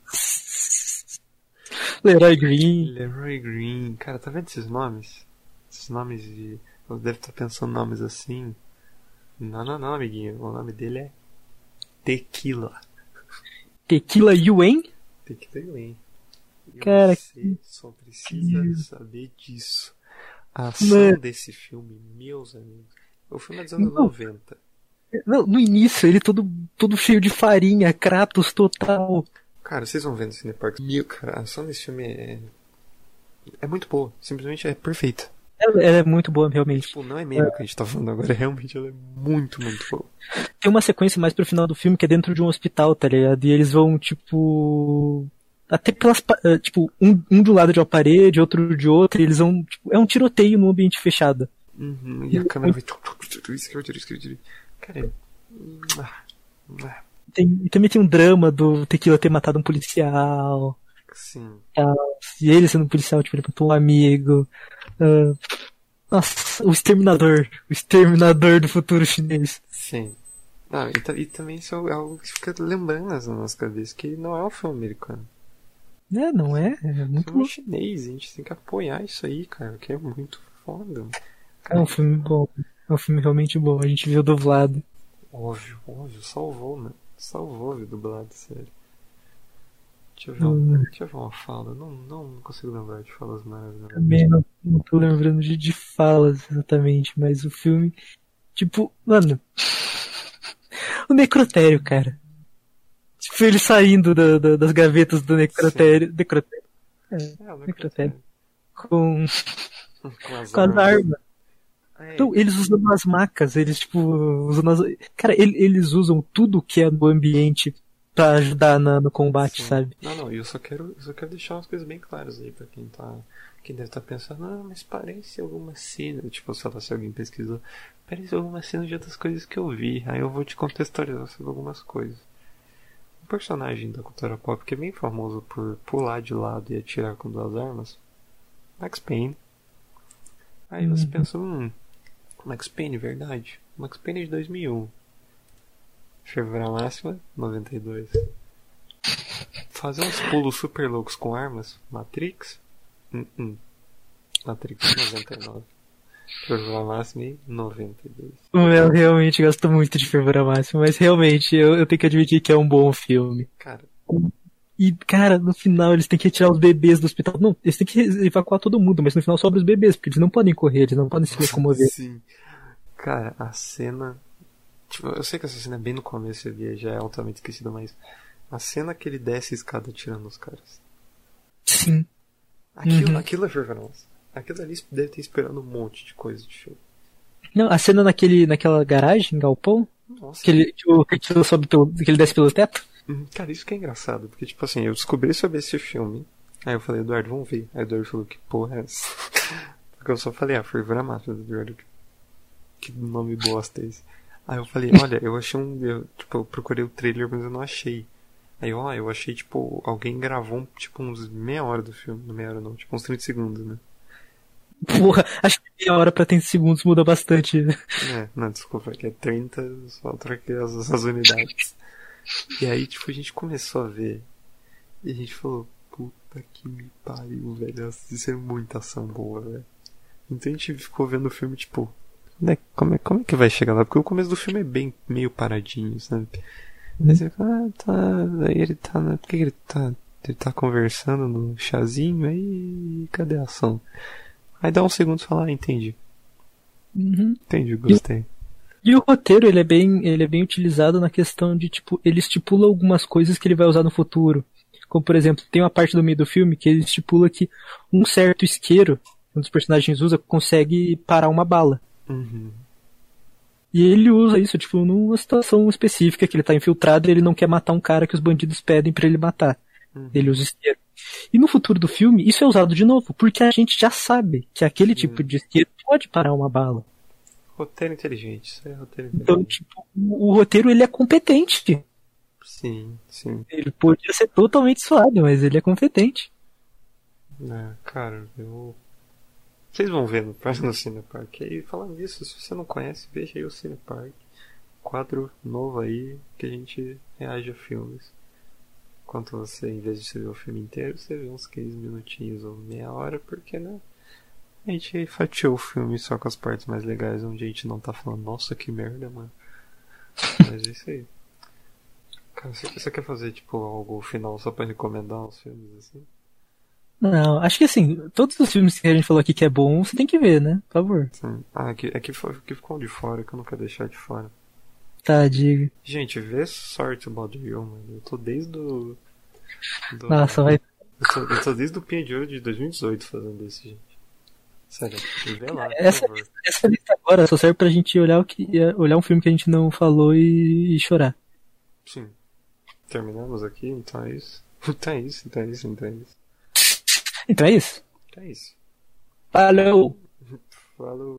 Leroy Green. Leroy Green. Cara, tá vendo esses nomes? Esses nomes de... Eu deve estar pensando nomes assim. Não, não, não, amiguinho. O nome dele é Tequila. Tequila Yuen. Tequila, hein? E Cara, você só precisa saber disso. A ação Mano. desse filme, meus amigos. O filme é dos anos Não. noventa. Não, no início, ele todo, todo cheio de farinha, Kratos total. Cara, vocês vão ver no Cinepark. Meu, cara, a ação desse filme é... É muito boa. Simplesmente é perfeita. Ela, ela é muito boa, realmente. Tipo, não é meme o que a gente tá falando agora. Realmente ela é muito, muito boa. Tem uma sequência mais pro final do filme que é dentro de um hospital, tá ligado? E eles vão, tipo... Até pelas... pa- eh, Tipo, um, um do lado de uma parede, outro de outro, e eles vão... Tipo, é um tiroteio num ambiente fechado. Uhum, e a câmera vai... Isso que eu tiro, isso que eu tiro. Cara, é... Ah, ah, Tem, e também tem um drama do Tequila ter matado um policial. sim. E ele sendo um policial, tipo, ele matou um amigo. Ah, nossa, o Exterminador. O Exterminador do futuro chinês. Sim. Ah, e, ta- e também isso é algo que fica lembrando na nossa cabeça, que não é um filme americano. É, não é? É É um muito filme bom. chinês, a gente tem que apoiar isso aí, cara, que é muito foda. É um filme bom. É um filme realmente bom. A gente viu dublado. Óbvio, óbvio, salvou, mano. Salvou ver dublado, sério. Deixa eu ver, Hum. uma, deixa eu ver uma fala. Não, não, não consigo lembrar de falas maravilhosas. Também não, não tô lembrando de, de falas exatamente, mas o filme. Tipo, mano. O necrotério, cara. Tipo, ele saindo da- da- das gavetas do necrotério. Necrotério. É, É, o necrotério. Com, Com as com as armas. armas. É, Então, eles usando as macas, eles, tipo, usando as... Cara, ele- eles usam tudo que é no ambiente pra ajudar na- no combate, sim. sabe? Não, não, eu só quero, eu só quero deixar umas coisas bem claras aí pra quem tá. Quem deve estar pensando, ah, mas parece alguma cena. Tipo, sei lá, se alguém pesquisou. Parece alguma cena de outras coisas que eu vi. Aí eu vou te contextualizar sobre algumas coisas. Um personagem da cultura pop que é bem famoso por pular de lado e atirar com duas armas. Max Payne. Aí você Uhum. pensa, hum, Max Payne, verdade. Max Payne é de dois mil e um. Fervura máxima, noventa e dois. Fazer uns pulos super loucos com armas, Matrix? Hum, hum. Matrix noventa e nove. Fervura máxima e noventa e dois. Eu realmente gosto muito de Fervura Máxima, mas realmente eu, eu tenho que admitir que é um bom filme. Cara, E, cara, no final eles têm que retirar os bebês do hospital. Não, eles têm que evacuar todo mundo, mas no final sobra os bebês, porque eles não podem correr, eles não podem se locomover. sim. Cara, a cena. Tipo, eu sei que essa cena é bem no começo ali, já é altamente esquecida, mas a cena que ele desce a escada tirando os caras. Sim. Aquilo, Uhum. aquilo é fervoroso. Aquilo ali deve ter esperando um monte de coisa de filme. Não, a cena naquele, naquela garagem, galpão, Nossa, que ele, que o Kurt sobe pelo, que ele desce pelo teto. Hum, cara, isso que é engraçado, porque, tipo assim, eu descobri sobre esse filme, aí eu falei, Eduardo, vamos ver. Aí o Eduardo falou, que porra é essa? Porque eu só falei, ah, Fervura Máxima, Eduardo. Que nome bosta é esse? Aí eu falei, olha, eu achei um, eu, tipo, eu procurei o trailer, mas eu não achei. Aí, ó, eu achei, tipo, alguém gravou, um, tipo, uns meia hora do filme, não meia hora não, tipo, uns trinta segundos, né? Porra, acho que meia hora pra trinta segundos muda bastante. É, não, desculpa, que é trinta, só troquei as, as unidades. E aí, tipo, a gente começou a ver, e a gente falou, puta que me pariu, velho, isso é muita ação boa, velho. Então a gente ficou vendo o filme, tipo, né, como, é, como é que vai chegar lá? Porque o começo do filme é bem meio paradinho, sabe? Aí você fala, ah, tá, aí ele tá, né, por que ele tá, ele tá conversando no chazinho, aí cadê a ação? Aí dá uns segundos e fala, ah, entendi, Uhum. entendi, gostei. E o roteiro, ele é bem, ele é bem utilizado na questão de, tipo, ele estipula algumas coisas que ele vai usar no futuro. Como, por exemplo, tem uma parte do meio do filme que ele estipula que um certo isqueiro, um dos personagens usa, consegue parar uma bala. Uhum. E ele usa isso, tipo, numa situação específica, que ele tá infiltrado e ele não quer matar um cara que os bandidos pedem pra ele matar. Uhum. Ele usa isqueiro. E no futuro do filme, isso é usado de novo, porque a gente já sabe que aquele tipo de isqueiro pode parar uma bala. Roteiro inteligente, isso é roteiro inteligente. Então, tipo, o, o roteiro, ele é competente. Sim, sim. Ele podia ser totalmente suado, mas ele é competente. É, cara, eu... Vocês vão ver no, no Cinepark. E falando nisso, se você não conhece, veja aí o Cinepark. Quadro novo aí, que a gente reage a filmes. Enquanto você, em vez de você ver o filme inteiro, você vê uns quinze minutinhos ou meia hora, porque, né? A gente fatiou o filme só com as partes mais legais, onde a gente não tá falando, nossa, que merda, mano. Mas é isso aí. Cara, você, você quer fazer, tipo, algo final só pra recomendar uns filmes assim? Não, acho que assim, todos os filmes que a gente falou aqui que é bom, você tem que ver, né? Por favor. Sim. Ah, aqui, aqui, foi, aqui ficou um de fora, que eu não quero deixar de fora. Tá, diga. Gente, vê sorte About You, mano. Eu tô desde o... Do... Nossa, vai. Eu tô, eu tô desde o Pinha de Ouro de dois mil e dezoito fazendo isso, gente. Sério, vê lá, por Essa, favor. essa lista agora só serve pra gente olhar, o que, olhar um filme que a gente não falou e, e chorar. Sim. Terminamos aqui, então é isso. Então é isso, então é isso, então é isso. Então é isso. Então é isso. Valeu! Falou.